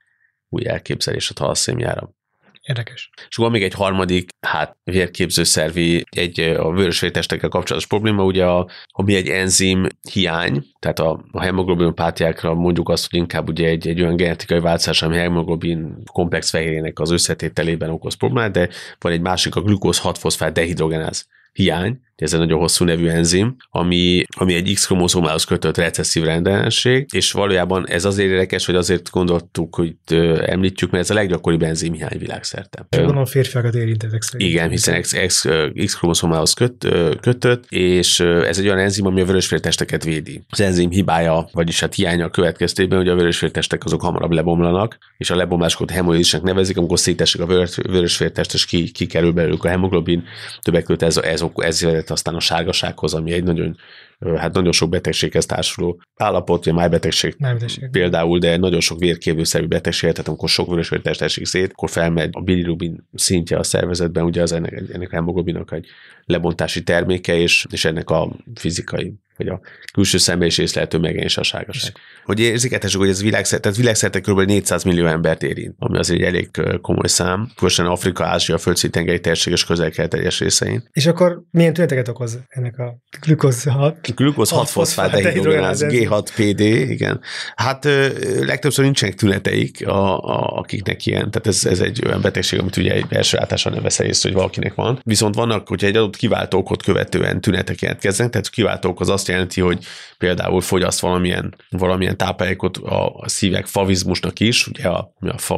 új elképzelés a talasszémiára. Érdekes. És van még egy harmadik, vérképzőszervi, a vörösvértestekkel kapcsolatos probléma, ugye ami egy enzim hiány, tehát a hemoglobinopátiákra mondjuk azt, hogy inkább ugye egy olyan genetikai változás, ami hemoglobin komplex fehérjének az összetételében okoz problémát, de van egy másik, a glükóz 6-foszfát dehidrogenáz hiány, ez egy nagyon hosszú nevű enzim, ami egy X-kromozómához kötött recesszív rendellenesség, és valójában ez azért érdekes, hogy azért gondoltuk, hogy említjük, mert ez a leggyakoribb enzimhiány világszerte. Gondolom férfiakat érintetek szerint. Igen, hiszen X-kromozómához kötött, és ez egy olyan enzim, ami a vörösvértesteket védi. Az enzim hibája, vagyis hiánya következtében, hogy a vörösvértestek azok hamarabb lebomlanak, és a lebomláskor hemolízisnek nevezik, amikor szétesik a vörösvértest, és kikerül belőlük a hemoglobin, többek között ez vezet aztán a sárgasághoz, ami egy nagyon sok betegséghez társuló állapot, ugye májbetegség például, de nagyon sok vérképzőszerű betegség, tehát amikor sok vörösvértest esik szét, akkor felmegy a bilirubin szintje a szervezetben, ugye az ennek a hemoglobinnak egy lebontási terméke, és ennek a fizikai, vagy a külső szemben is észlelhető megjelenése a sárgaság. Hogy érzékeltessük, hogy ez világszerte kb. 400 millió embert érint, ami azért egy elég komoly szám, különösen Afrika, Ázsia, földközi-tengeri térség és Közel-Kelet egyes részein. És akkor milyen tüneteket okoz ennek a glükóz 6-foszfát dehidrogenáz, G6PD, igen. Legtöbbször nincsenek tüneteik, akiknek ilyen, tehát ez egy olyan betegség, amit ugye egy első látással nem vesz észre, hogy valakinek van. Viszont vannak, hogyha egy adott kiváltó okot követően tünetek jelentkeznek, tehát kiváltó ok az azt azt jelenti, hogy például fogyaszt valamilyen táplálékot a szívek favizmusnak is, ugye a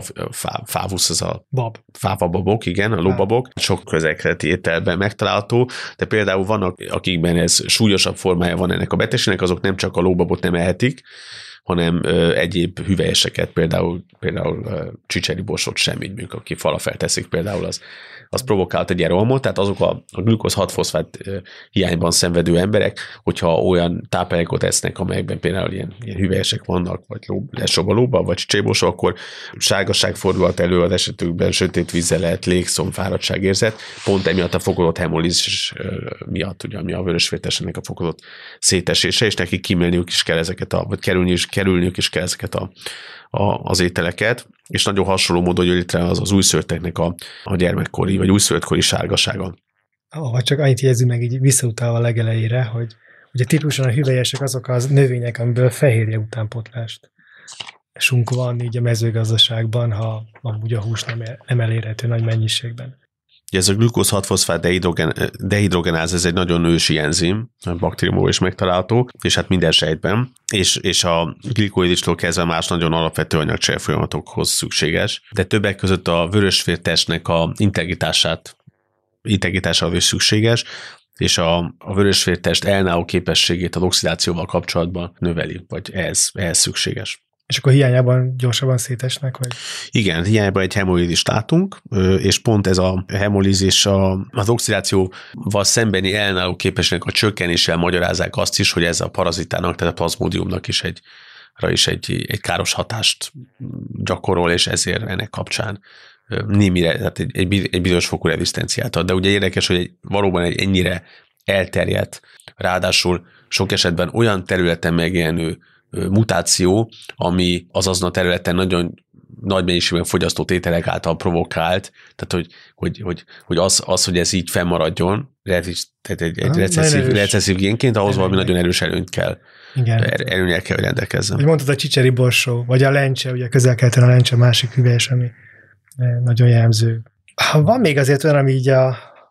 fávusz, az a fávababok, igen, a lóbabok, sok közelkeleti ételben megtalálható, de például vannak, akikben ez súlyosabb formája van ennek a betegségnek, azok nem csak a lóbabot nem ehetik, hanem egyéb hüvelyeseket, például csicseri borsot sem, így mondjuk, aki falafel teszik például, az provokált egy rohamot, tehát azok a glükóz 6-foszfát hiányban szenvedő emberek, hogyha olyan táplálékot esznek, amelyekben például ilyen hüvelyesek vannak, vagy lesobalóba, vagy csicseriborsó, akkor sárgasság fordulhat elő az esetükben, sötét vízzel lehet légszom, fáradtságérzet, pont emiatt a fokozott hemolízis miatt, ugye, ami a vörösvértesnek a fokozott szétesése, és nekik kímélniük is kell ezeket, vagy kerülniük is kell ezeket az ételeket, és nagyon hasonló módon jön létre az újszülötteknek a gyermekkori, vagy újszülöttkori sárgasága. Vagy csak annyit jegyzünk meg így visszautalva a legelejére, hogy ugye típusan a hüvelyesek azok az növények, amiből fehérje utánpótlást sunk van így a mezőgazdaságban, ha amúgy a hús nem elérhető nagy mennyiségben. Ez a glükóz 6-foszfát dehidrogenáz, ez egy nagyon ősi enzim, a baktériumból is megtalálható, és hát minden sejtben, és a glikoidistól kezdve más nagyon alapvető anyagcsere folyamatokhoz szükséges, de többek között a vörösvértestnek a integritásához is szükséges, és a vörösvértest ellenálló képességét az oxidációval kapcsolatban növeli, vagy ehhez szükséges. És akkor hiányában gyorsabban szétesnek? Vagy? Igen, hiányában egy hemolízist látunk, és pont ez a hemolízis az oxidációval szembeni ellenálló képességnek a csökkenéssel magyarázzák azt is, hogy ez a parazitának, tehát a plazmódiumnak is egy káros hatást gyakorol, és ezért ennek kapcsán némire, tehát egy bizonyos fokú rezisztenciát ad. De ugye érdekes, hogy valóban egy ennyire elterjedt, ráadásul sok esetben olyan területen megjelenő mutáció, ami azon a területen nagyon nagy mennyiségben fogyasztott ételek által provokált, tehát hogy hogy ez így fennmaradjon, tehát egy recesszív génként, ahhoz valami nagyon erős előnyt kell. Előnyel kell, hogy rendelkezzen. Hogy mondtad a csicseri borsó, vagy a lencse, ugye közel-keleten a lencse másik hüvelyes, ami nagyon jellemző. Van még azért olyan, ami így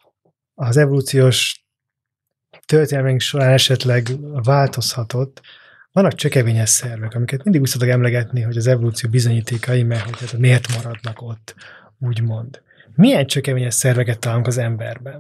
az evolúciós történelmünk során esetleg változhatott. Vannak csökevényes szervek, amiket mindig úgy szoktak emlegetni, hogy az evolúció bizonyítékai, mert hogy miért maradnak ott, úgymond. Milyen csökevényes szerveket találunk az emberben?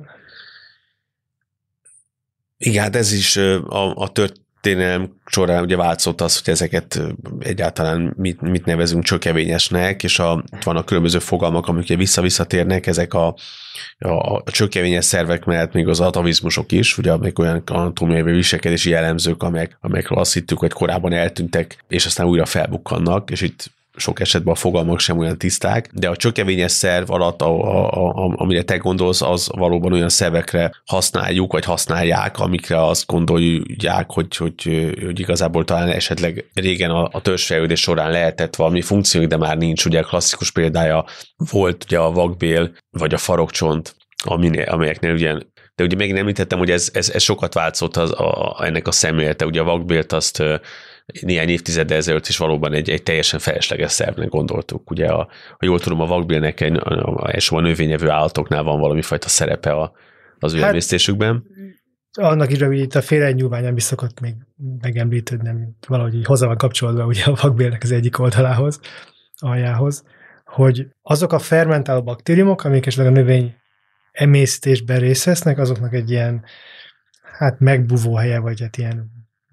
Igen, hát ez is a történelem során ugye változott az, hogy ezeket egyáltalán mit nevezünk csökevényesnek, és vannak különböző fogalmak, amik visszatérnek, ezek a csökevényes szervek mellett még az atavizmusok is, ugye amelyek olyan anatómiai viselkedési jellemzők, amelyekről azt hittük, hogy korábban eltűntek, és aztán újra felbukkannak, és itt sok esetben a fogalmak sem olyan tiszták, de a csökevényes szerv alatt, amire te gondolsz, az valóban olyan szervekre használjuk, vagy használják, amikre azt gondolják, hogy igazából talán esetleg régen a törzsfejlődés során lehetett valami funkciók, de már nincs. Ugye klasszikus példája volt ugye a vakbél, vagy a farokcsont, amelyeknél ugye, de ugye megint említettem, hogy ez sokat változott ennek a szemlélete. Ugye a vakbélt azt néhány évtizeddel ezelőtt is valóban egy teljesen felesleges szervnek gondoltuk. Ugye, ha jól tudom, a vakbélnek elsősorban növényevő állatoknál van valami fajta szerepe az ő emésztésükben. Annak is, hogy itt a félrenyúlvány nem is szokott még megemlítődni, valahogy így hozzá van kapcsolódva ugye a vakbélnek az egyik oldalához, aljához, hogy azok a fermentáló baktériumok, amik esetleg a növény emésztésben részt vesznek, azoknak egy ilyen megbúvó helye, vagy egy ilyen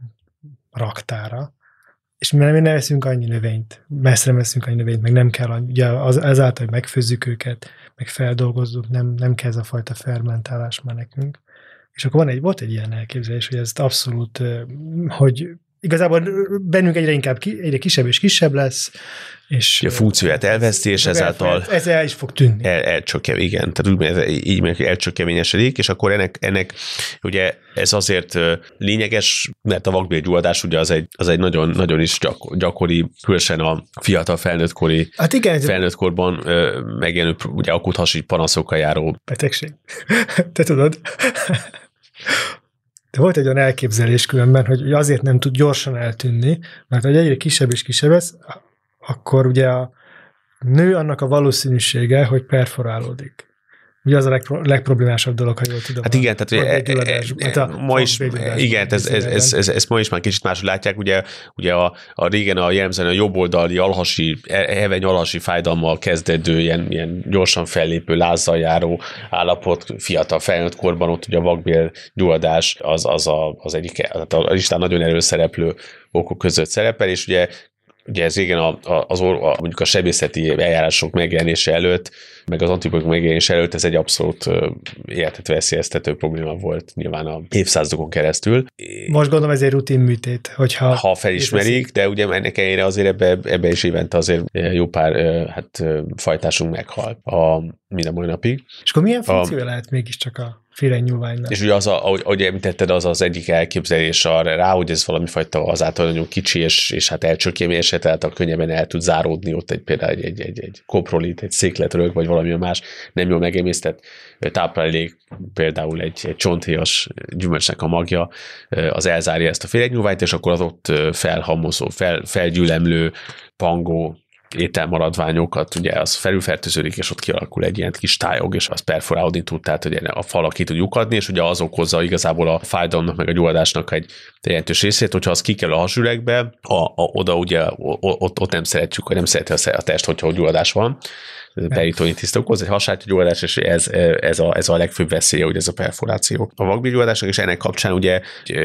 raktára, és mi nem veszünk annyi növényt, messzre veszünk annyi növényt, meg nem kell, ugye ezáltal, hogy megfőzzük őket, meg feldolgozzuk, nem kell ez a fajta fermentálás már nekünk. És akkor volt egy ilyen elképzelés, hogy ez abszolút, hogy igazából bennünk egyre kisebb és kisebb lesz, és a funkcióját elveszti, és ezáltal ez el is fog tűnni. Igen, tehát így meg elcsökkevényesedik, és akkor ennek ugye ez azért lényeges, mert a vakbélgyulladás ugye az egy nagyon, nagyon is gyakori, különösen a fiatal felnőttkorban megjelenő ugye akut hasít panaszokkal járó betegség. Te tudod. De volt egy olyan elképzelés különben, hogy azért nem tud gyorsan eltűnni, mert hogy egyre kisebb és kisebb lesz, akkor ugye a nő annak a valószínűsége, hogy perforálódik. Ugye az a legproblémásabb dolog, ha jól tudom. Hát igen, tehát ma is, igen, ezt ma is már kicsit máshogy látják, ugye a régen a jellemzően a jobboldali heveny alhasi fájdalommal kezdődő, ilyen gyorsan fellépő, lázzal járó állapot, fiatal felnőtt korban ott ugye a vakbél gyulladás az egyik, a listán nagyon erőszereplő okok között szerepel, és ugye ez régen mondjuk a sebészeti eljárások megjelenése előtt, meg az antibiotikum megjelenése előtt ez egy abszolút életet veszélyeztető probléma volt nyilván a évszázadokon keresztül. Most gondolom ez egy rutin műtét, hogyha... Ha felismerik, de ugye ennek ellenére azért ebbe is évente azért jó pár fajtásunk meghal minden mai napig. És akkor milyen funkciója lehet mégiscsak a féregnyúlványnak? És ugye ahogy említetted, az egyik elképzelés rá, hogy ez valami fajta azáltal nagyon kicsi, és hát elcsökkémése, tehát könnyebben el tud záródni ott például egy koprolit, egy székletrög, vagy valami más nem jól megemésztett táplálék, például egy csonthéjas gyümölcsnek a magja, az elzárja ezt a féregnyúlványt, és akkor az ott felhamozó, felgyülemlő, pangó ételmaradványokat, ugye az felülfertőződik, és ott kialakul egy ilyen kis tájog, és az perforálódni tud, tehát hogy a fala ki tud lyukadni, és ugye az okozza igazából a fájdalomnak, meg a gyulladásnak egy jelentős részét, hogyha az kikerül a hasüregbe, oda ugye ott nem szeretjük, hogy nem szereti a test, hogyha gyulladás van, peritonitiszta okoz, egy hasátgyulladás, és ez a legfőbb veszélye, ugye ez a perforáció. A vakbélgyulladásnak és ennek kapcsán ugye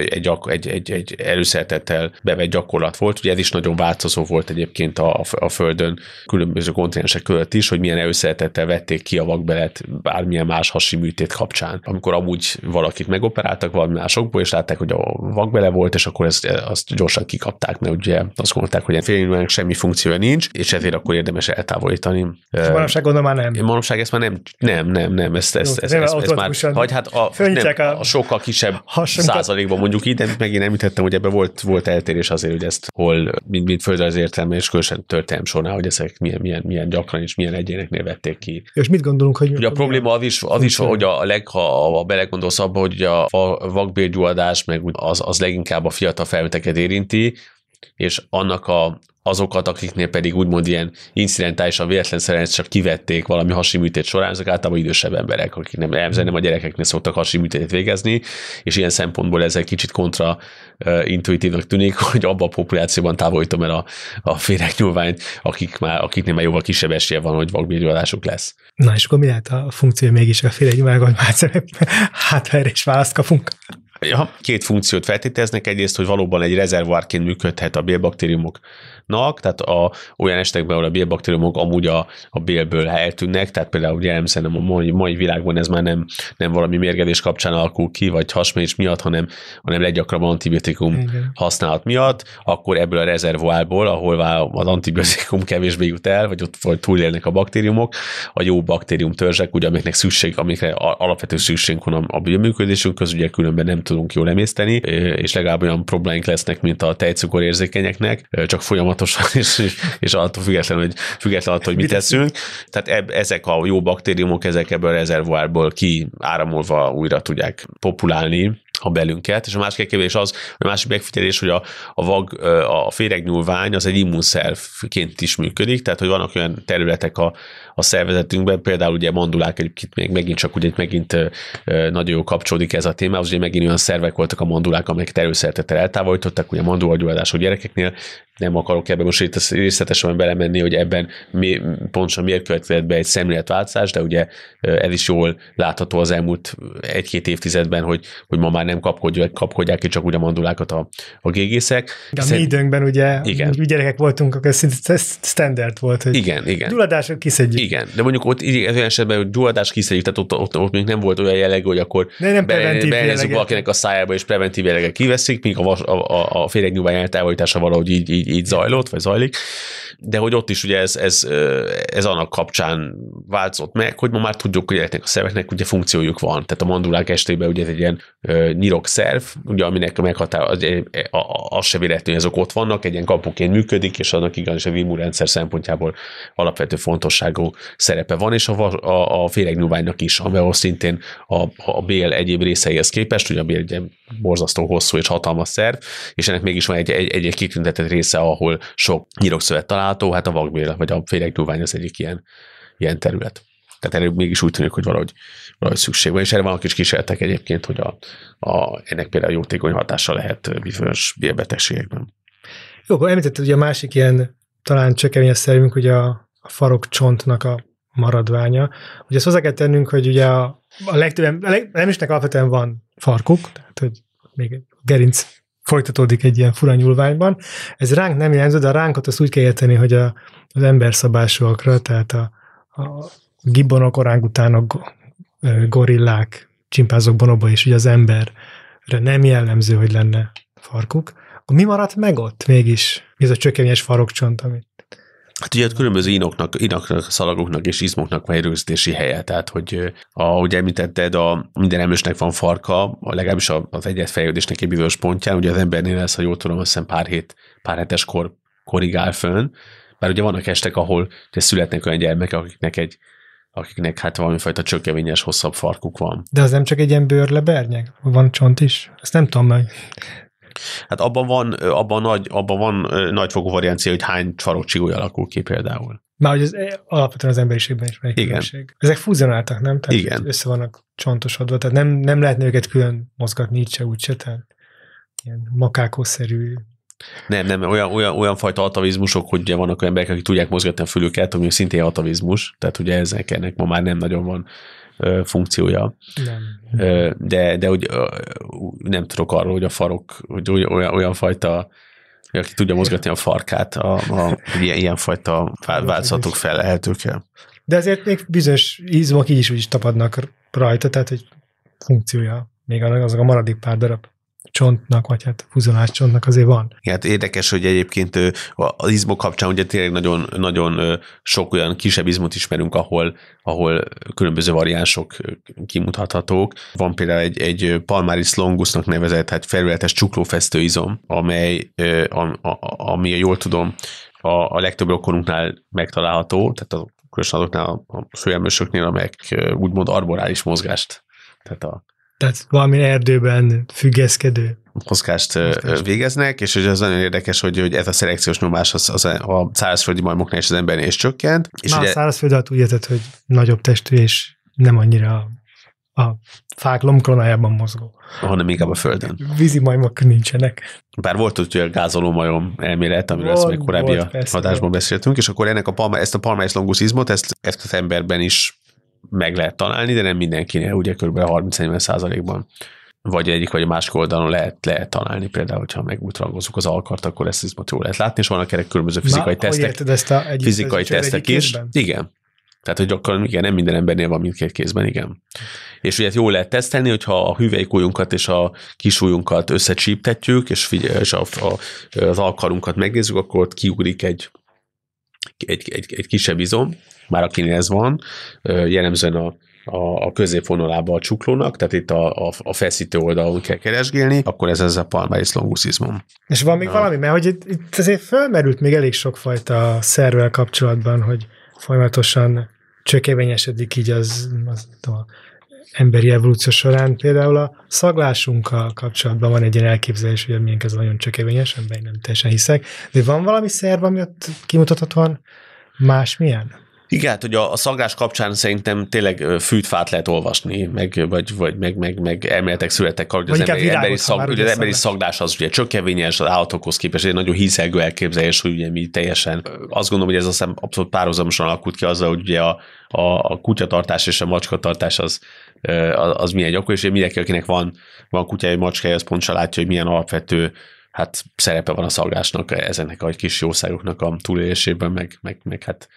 egy előszeretettel bevett gyakorlat volt, ugye ez is nagyon változó volt egyébként a Földön különböző kontinensek között is, hogy milyen előszeretettel vették ki a vakbelet bármilyen más hasi műtét kapcsán. Amikor amúgy valakit megoperáltak valami másokból, és látták, hogy a vakbele volt, és akkor azt gyorsan kikapták, mert ugye azt gondolták, hogy a féregnyúlványnak semmi funkciója nincs, és ezért akkor érdemes eltávolítani. Manapság gondolom már nem. Manapság ezt már nem, ezt már, vagy hát a sokkal kisebb százalékban mondjuk így, de megint említettem, hogy ebben volt eltérés azért, hogy ezt hol, mint földrajzi értelme, és különösen történelem során, hogy ezek milyen gyakran és milyen egyéneknél vették ki. És mit gondolunk, hogy... Ugye a probléma az is, hogy ha belegondolsz abba, hogy a vakbélgyulladás meg az leginkább a fiatal felnőtteket érinti, és annak azokat, akiknél pedig úgymond ilyen incidentálisan véletlenszerűen csak kivették valami hasi műtét során, ezek általában idősebb emberek, akik nem a gyerekeknél szoktak hasi műtétet végezni, és ilyen szempontból ez egy kicsit kontraintuitívnak tűnik, hogy abban a populációban távolítom el a féregnyúlványt, akiknél már jóval kisebb esélye van, hogy vakbélgyulladásuk lesz. Na és akkor mi lehet a funkció mégis a féregnyúlványban, hogy erre is választ kapunk? Ja, két funkciót feltételeznek, egyrészt, hogy valóban egy rezervoárként működhet a bélbaktériumoknak, tehát olyan esetekben, ahol a bélbaktériumok amúgy a bélből eltűnnek, tehát például jellemzően a mai világban ez már nem valami mérgezés kapcsán alakul ki, vagy hasmenés miatt, hanem leggyakrabban antibiotikum használat miatt, akkor ebből a rezervoárból, ahol az antibiotikum kevésbé jut el, vagy ott túlélnek a baktériumok, a jó baktérium törzsek, ugye, amikre alapvető szükségünk van a bélműködésünkhöz, ugye különben nem tudunk jól emészteni, és legalább olyan problémáink lesznek, mint a tejcukorérzékenyeknek, csak folyamatosan, és attól függetlenül hogy mit teszünk. Tehát ezek a jó baktériumok, ezek ebből a rezervoárból kiáramolva újra tudják populálni a belünket, és a másik kérdés a másik megfigyelés, hogy a féregnyúlvány az egy immunszervként is működik, tehát hogy vannak olyan területek a szervezetünkben, például ugye mandulák, egyébként még megint csak ugye megint nagyon jó kapcsolódik ez a témához, ugye megint olyan szervek voltak a mandulák, amelyeket előszeretettel eltávolítottak, ugye mandulagyulladások gyerekeknél, nem akarok ebben most részletesen belemenni, hogy ebben pontosan miért következett be egy szemléletváltozás, de ugye ez is jól látható az elmúlt 1-2 évtizedben, hogy ma már nem kapkodják ki csak úgy a mandulákat a gégészek. De a mi időnkben ugye, mi gyerekek voltunk, akkor ez standard volt, hogy igen. gyulladások kiszedjük. Igen, de mondjuk ott olyan esetben, hogy gyulladás kiszedjük, tehát ott még nem volt olyan jellegű, hogy akkor behelyezzük valakinek a szájába, és preventív jelleggel kiveszik, míg a féregnyúlvány eltávolítása valahogy így zajlott, vagy zajlik, de hogy ott is ugye ez annak kapcsán változott meg, hogy ma már tudjuk, hogy ezeknek a szerveknek ugye funkciójuk van. Tehát a mandulák estében ugye ez egy ilyen nyirokszerv, ugye aminek az se véletlenül, azok ott vannak, egy ilyen kapuként működik, és annak igenis az immunrendszer szempontjából alapvető fontosságú szerepe van, és a féregnyúlványnak is, amelyhoz szintén a bél egyéb részeihez képest, ugye a bél egy borzasztó hosszú és hatalmas szerv, és ennek mégis van egy kitüntetett része, ahol sok nyirokszövet található, hát a vakbél, vagy a féregnyúlvány az egyik ilyen terület. Tehát erről mégis úgy tűnik, hogy valahogy szükség van, és erre vannak is kísérletek egyébként, hogy ennek például jótékony hatása lehet bizonyos bélbetegségekben. Jó, akkor említetted, hogy a másik ilyen talán csökevényes szervünk, ugye a farokcsontnak a maradványa. Ugye ezt hozzá kell tennünk, hogy ugye a legtöbb emlősnek alapvetően van farkuk, tehát hogy még gerinc folytatódik egy ilyen fura nyúlványban. Ez ránk nem jellemző, de a ránkot azt úgy kell érteni, hogy az emberszabásúakra, tehát a gibbonok, orángutánok, gorillák, csimpánzok, bonobok és ugye az emberre nem jellemző, hogy lenne farkuk. Akkor mi maradt meg ott mégis? Mi ez a csökevényes farokcsont, amit Hát ugye különböző inoknak, szalagoknak és izmoknak van egy rögzítési helye, tehát hogy ahogy említetted, minden emlősnek van farka, legalábbis az egyetfejlődésnek egy bizonyos pontján, ugye az embernél lesz, ha jól tudom, azt hiszem pár hetes korrigál fönn, bár ugye vannak estek, ahol ugye születnek olyan gyermekek, akiknek hát valamifajta csökevényes, hosszabb farkuk van. De az nem csak egy ilyen bőrlebernyeg? Van csont is? Ezt nem tudom meg. Hát abban van nagyfokú variancia, hogy hány farokcsigolya alakul ki például. Már hogy alapvetően az emberiségben is van egy különbség. Ezek fúzionáltak, nem? Tehát igen. Össze vannak csontosodva, tehát nem lehetne őket külön mozgatni, így se, úgy se, tehát ilyen makákosszerű. Nem, olyan fajta atavizmusok, hogy ugye vannak olyan emberek, akik tudják mozgatni a fülüket, ami szintén atavizmus, tehát ugye ennek ma már nem nagyon van funkciója. Nem. De hogy nem tudok arról, hogy a farok, hogy olyan fajta, hogy aki tudja mozgatni a farkát, ilyen fajta változatok felelhetők el. De azért még bizonyos izmok így is tapadnak rajta, tehát hogy funkciója, még azok a maradék pár darab csontnak, vagy hát fuzionás csontnak azért van. Hát érdekes, hogy egyébként az izmok kapcsán ugye tényleg nagyon, nagyon sok olyan kisebb izmot ismerünk, ahol különböző variánsok kimutathatók. Van például egy palmaris longusnak nevezett, hát felületes csuklófesztő izom, ami jól tudom, a legtöbb rokonunknál megtalálható, tehát különösen azoknál a főemlősöknél, amelyek úgymond arborális mozgást, tehát valami erdőben függeszkedő mozgást végeznek, és az nagyon érdekes, hogy ez a szelekciós nyomás a szárazföldi majmoknál és az embernél is csökkent. És a szárazföld alatt úgy érted, hogy nagyobb testű, és nem annyira a fák lombkronájában mozgó. Hanem inkább a földön. Vízi majmok nincsenek. Bár volt ugye a gázoló majom elmélet, amiről ezt még korábbi adásban beszéltünk, és akkor ezt a palmaris longus izmot, ezt az emberben is meg lehet találni, de nem mindenkinél, ugye kb. 30-40%-ban. Vagy egyik, vagy a másik oldalon lehet találni, például, hogyha megútrangozzuk az alkart, akkor ezt izmot jól lehet látni, és vannak erre különböző fizikai tesztek. Fizikai tesztek is. Igen. Tehát, hogy akkor igen, nem minden embernél van mindkét kézben, igen. És ugye jól lehet tesztelni, hogyha a hüvelykujjunkat és a kisujjunkat összecsíptetjük, és az alkarunkat megnézzük, akkor ott kiugrik egy kisebb izom, már akinél ez van, jellemzően a középvonalában a csuklónak, tehát itt a feszítő oldalon kell keresgélni, akkor ez a palmaris longus izmom. És van még valami, mert hogy itt azért felmerült még elég sokfajta szervvel kapcsolatban, hogy folyamatosan csökevényesedik így az emberi evolúció során. Például a szaglásunkkal kapcsolatban van egy ilyen elképzelés, hogy milyen ez nagyon csökevényes, ebben nem teljesen hiszek. De van valami szerv, ami ott kimutathatóan másmilyen? Igen, hát, hogy a szaglás kapcsán szerintem tényleg fűtfát lehet olvasni, meg elméletek születtek arra, hogy az emberi szaglás az ugye csökkevényes, az állatokhoz képest egy nagyon hízelgő elképzelés, hogy ugye mi teljesen, azt gondolom, hogy ez aztán abszolút párhuzamosan alakult ki azzal, hogy ugye a kutyatartás és a macskatartás az milyen gyakori, és mindenki, akinek van kutyája, macskája, az pontosan látja, hogy milyen alapvető szerepe van a szaglásnak, ezeknek a kis jószágoknak a túlélésében, meg hát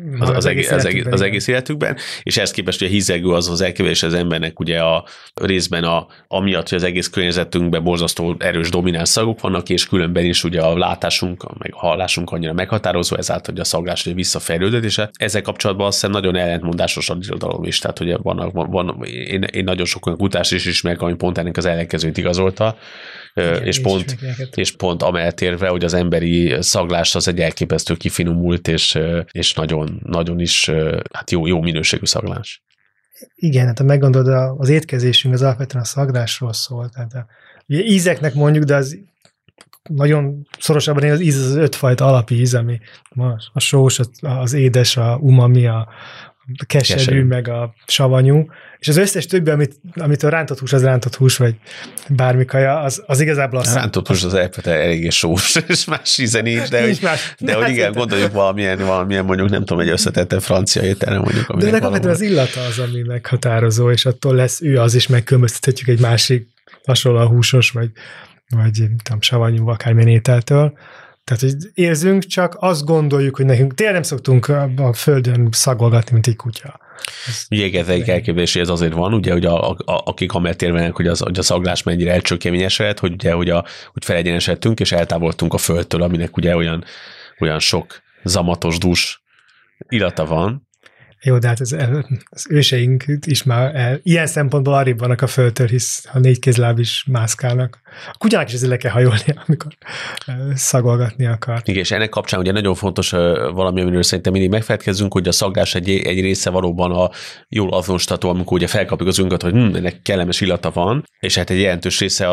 az egész életükben, és ehhez képest ugye hízelgő az elképzelés az embernek ugye a részben amiatt, hogy az egész környezetünkben borzasztó erős domináns szagok vannak, és különben is ugye a látásunk, meg a hallásunk annyira meghatározó, ezáltal, hogy a szaglás ugye visszafejlődött, és ezzel kapcsolatban azt hiszem nagyon ellentmondásos az irodalom is, tehát ugye én nagyon sok olyan kutást is ismerek, ami pont ennek az ellenkezőt igazolta, igen, és pont amellett érve, hogy az emberi szaglás az egy elképesztő kifinomult, és nagyon, nagyon is hát jó minőségű szaglás. Igen, hát ha meggondolod, az étkezésünk az alapvetően a szaglásról szól. Tehát ugye ízeknek mondjuk, de az nagyon szorosabban az íz az 5 fajta alapíz, ami a sós, az édes, a umami, a keserű, meg a savanyú, és az összes többi, amit a rántott hús, az rántott hús, vagy bármi kaja, az igazából az... A rántott hús az eléggé sós, és más íze nincs, de hogy igen, gondoljuk valamilyen mondjuk, nem tudom, egy összetettebb francia ételre mondjuk. De legalább az illata az, ami meghatározó, és attól lesz ő az is, megkülönböztethetjük egy másik hasonlóan húsos, vagy tudom, savanyú, akármilyen ételtől. Tehát, hogy érzünk, csak azt gondoljuk, hogy nekünk tényleg nem szoktunk a földön szagolgatni, mint egy kutya. Ugye ez egy elképzelés, ez azért van, ugye, hogy akik amellett érvelnek, hogy a szaglás mennyire elcsökkenyesedett, hogy felegyenesedtünk, és eltávolodtunk a földtől, aminek ugye olyan sok zamatos, dús illata van. Jó, de hát az őseink is már ilyen szempontból arrébb vannak a földtől, hisz ha 4 kézláb is mászkálnak. A kutyának is ezzel le kell hajolni, amikor szagolgatni akar. Igen, és ennek kapcsán ugye nagyon fontos valami, amiről szerintem mindig megfelelkezzünk, hogy a szaglás egy része valóban a jól azonosítható, amikor ugye felkapjuk az önket, hogy ennek kellemes illata van, és hát egy jelentős része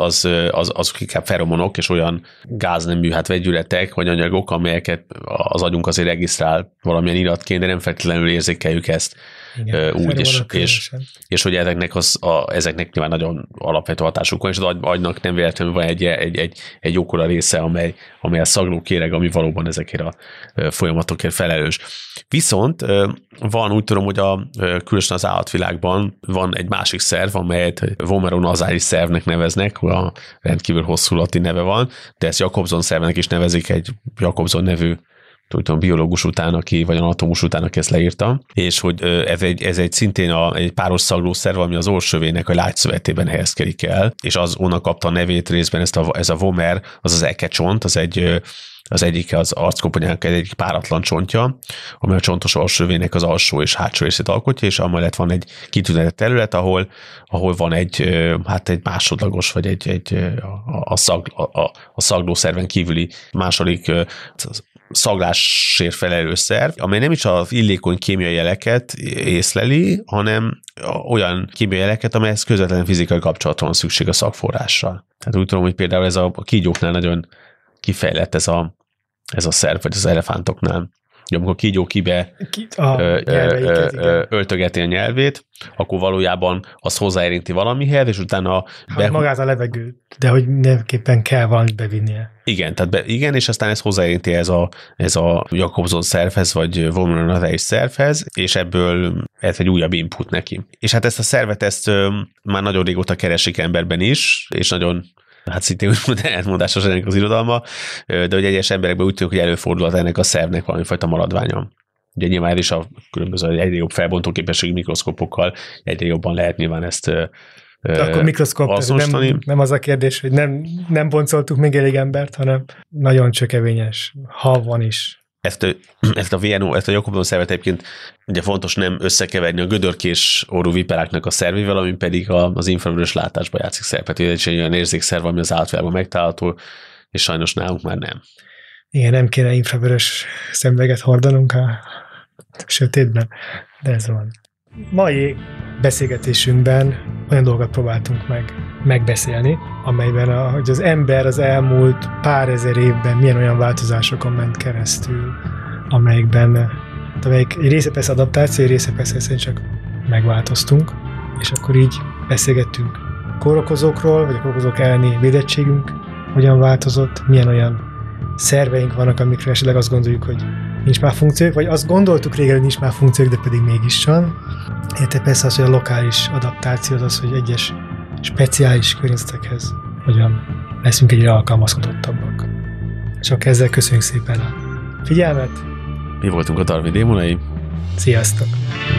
az inkább feromonok, és olyan gáznemű vegyületek, vagy anyagok, amelyeket az agyunk azért regisztrál valamilyen illatként, de nem feltétlenül érzékeljük ezt. Igen, úgy, és hogy ezeknek nyilván nagyon alapvető hatásuk van, és az agynak nem véletlenül van egy jókora része, amely a szaglókéreg, ami valóban ezekért a folyamatokért felelős. Viszont van, úgy tudom, hogy különösen az állatvilágban van egy másik szerv, amelyet vomeronazális szervnek neveznek, a rendkívül hosszú latin neve van, de ezt Jacobson szervnek is nevezik, egy Jacobson nevű biológus után, vagy anatómus után, aki ezt leírta, és hogy ez egy szintén egy páros szaglószerv, ami az orrsövének a lágyszövetében helyezkedik el, és onnan kapta a nevét részben ez a vomer, az ekecsont, az egyik az arckoponyának egy páratlan csontja, ami a csontos orrsövének az alsó és hátsó részét alkotja, és amellett van egy kitüntetett terület, ahol van egy másodlagos, vagy a szaglószerven kívüli második szaglásért felelős szerv, amely nem is az illékony kémiai jeleket észleli, hanem olyan kémiai jeleket, amelyhez közvetlen fizikai kapcsolatra van szükség a szagforrással. Tehát úgy tudom, hogy például ez a kígyóknál nagyon kifejlett ez a szerv, vagy az elefántoknál. Amikor a kígyó öltögeti a nyelvét, akkor valójában az hozzáérinti valamihez, és utána... magát a levegőt, de hogy neveképpen kell valamit bevinnie. Igen, igen, és aztán ez hozzáérinti ez a Jacobson szervhez, vagy vomeronazális szervhez, és ebből ez egy újabb input neki. És hát ezt a szervet már nagyon régóta keresik emberben is, és nagyon szintén úgymond elmondásos ennek az irodalma, de hogy egyes emberekben úgy tűnik, hogy előfordulhat ennek a szervnek valamifajta maradványa. Ugye nyilván ez is a különböző egyre jobb felbontóképességű mikroszkopokkal egyre jobban lehet nyilván ezt de akkor mikroszkóp, nem az a kérdés, hogy nem boncoltuk még elég embert, hanem nagyon csökevényes, ha van is. Ezt a Jacobson szervet egyébként ugye fontos nem összekeverni a gödörkés orrú viperáknak a szervével, ami pedig az infravörös látásba játszik szerepet. Ez egy olyan érzékszerv, ami az állatvilágban megtalálható, és sajnos nálunk már nem. Igen, nem kéne infravörös szemüveget hordanunk a sötétben, de ez van. Mai beszélgetésünkben olyan dolgokat próbáltunk megbeszélni, amelyben hogy az ember az elmúlt pár ezer évben milyen olyan változásokon ment keresztül, amelyik egy része persze adaptáció, egy része persze szerint csak megváltoztunk, és akkor így beszélgettünk kórokozókról, vagy a kórokozók elleni védettségünk hogyan változott, milyen olyan szerveink vannak, amikre esetleg azt gondoljuk, hogy nincs már funkciók, vagy azt gondoltuk régen, hogy nincs már funkciók, de pedig mégis van. Érte persze az, hogy a lokális adaptáció az, hogy egyes speciális környezetekhez hogyan leszünk egyre alkalmazkodottabbak. Csak ezzel köszönjük szépen a figyelmet. Mi voltunk a Darwin démonai. Sziasztok!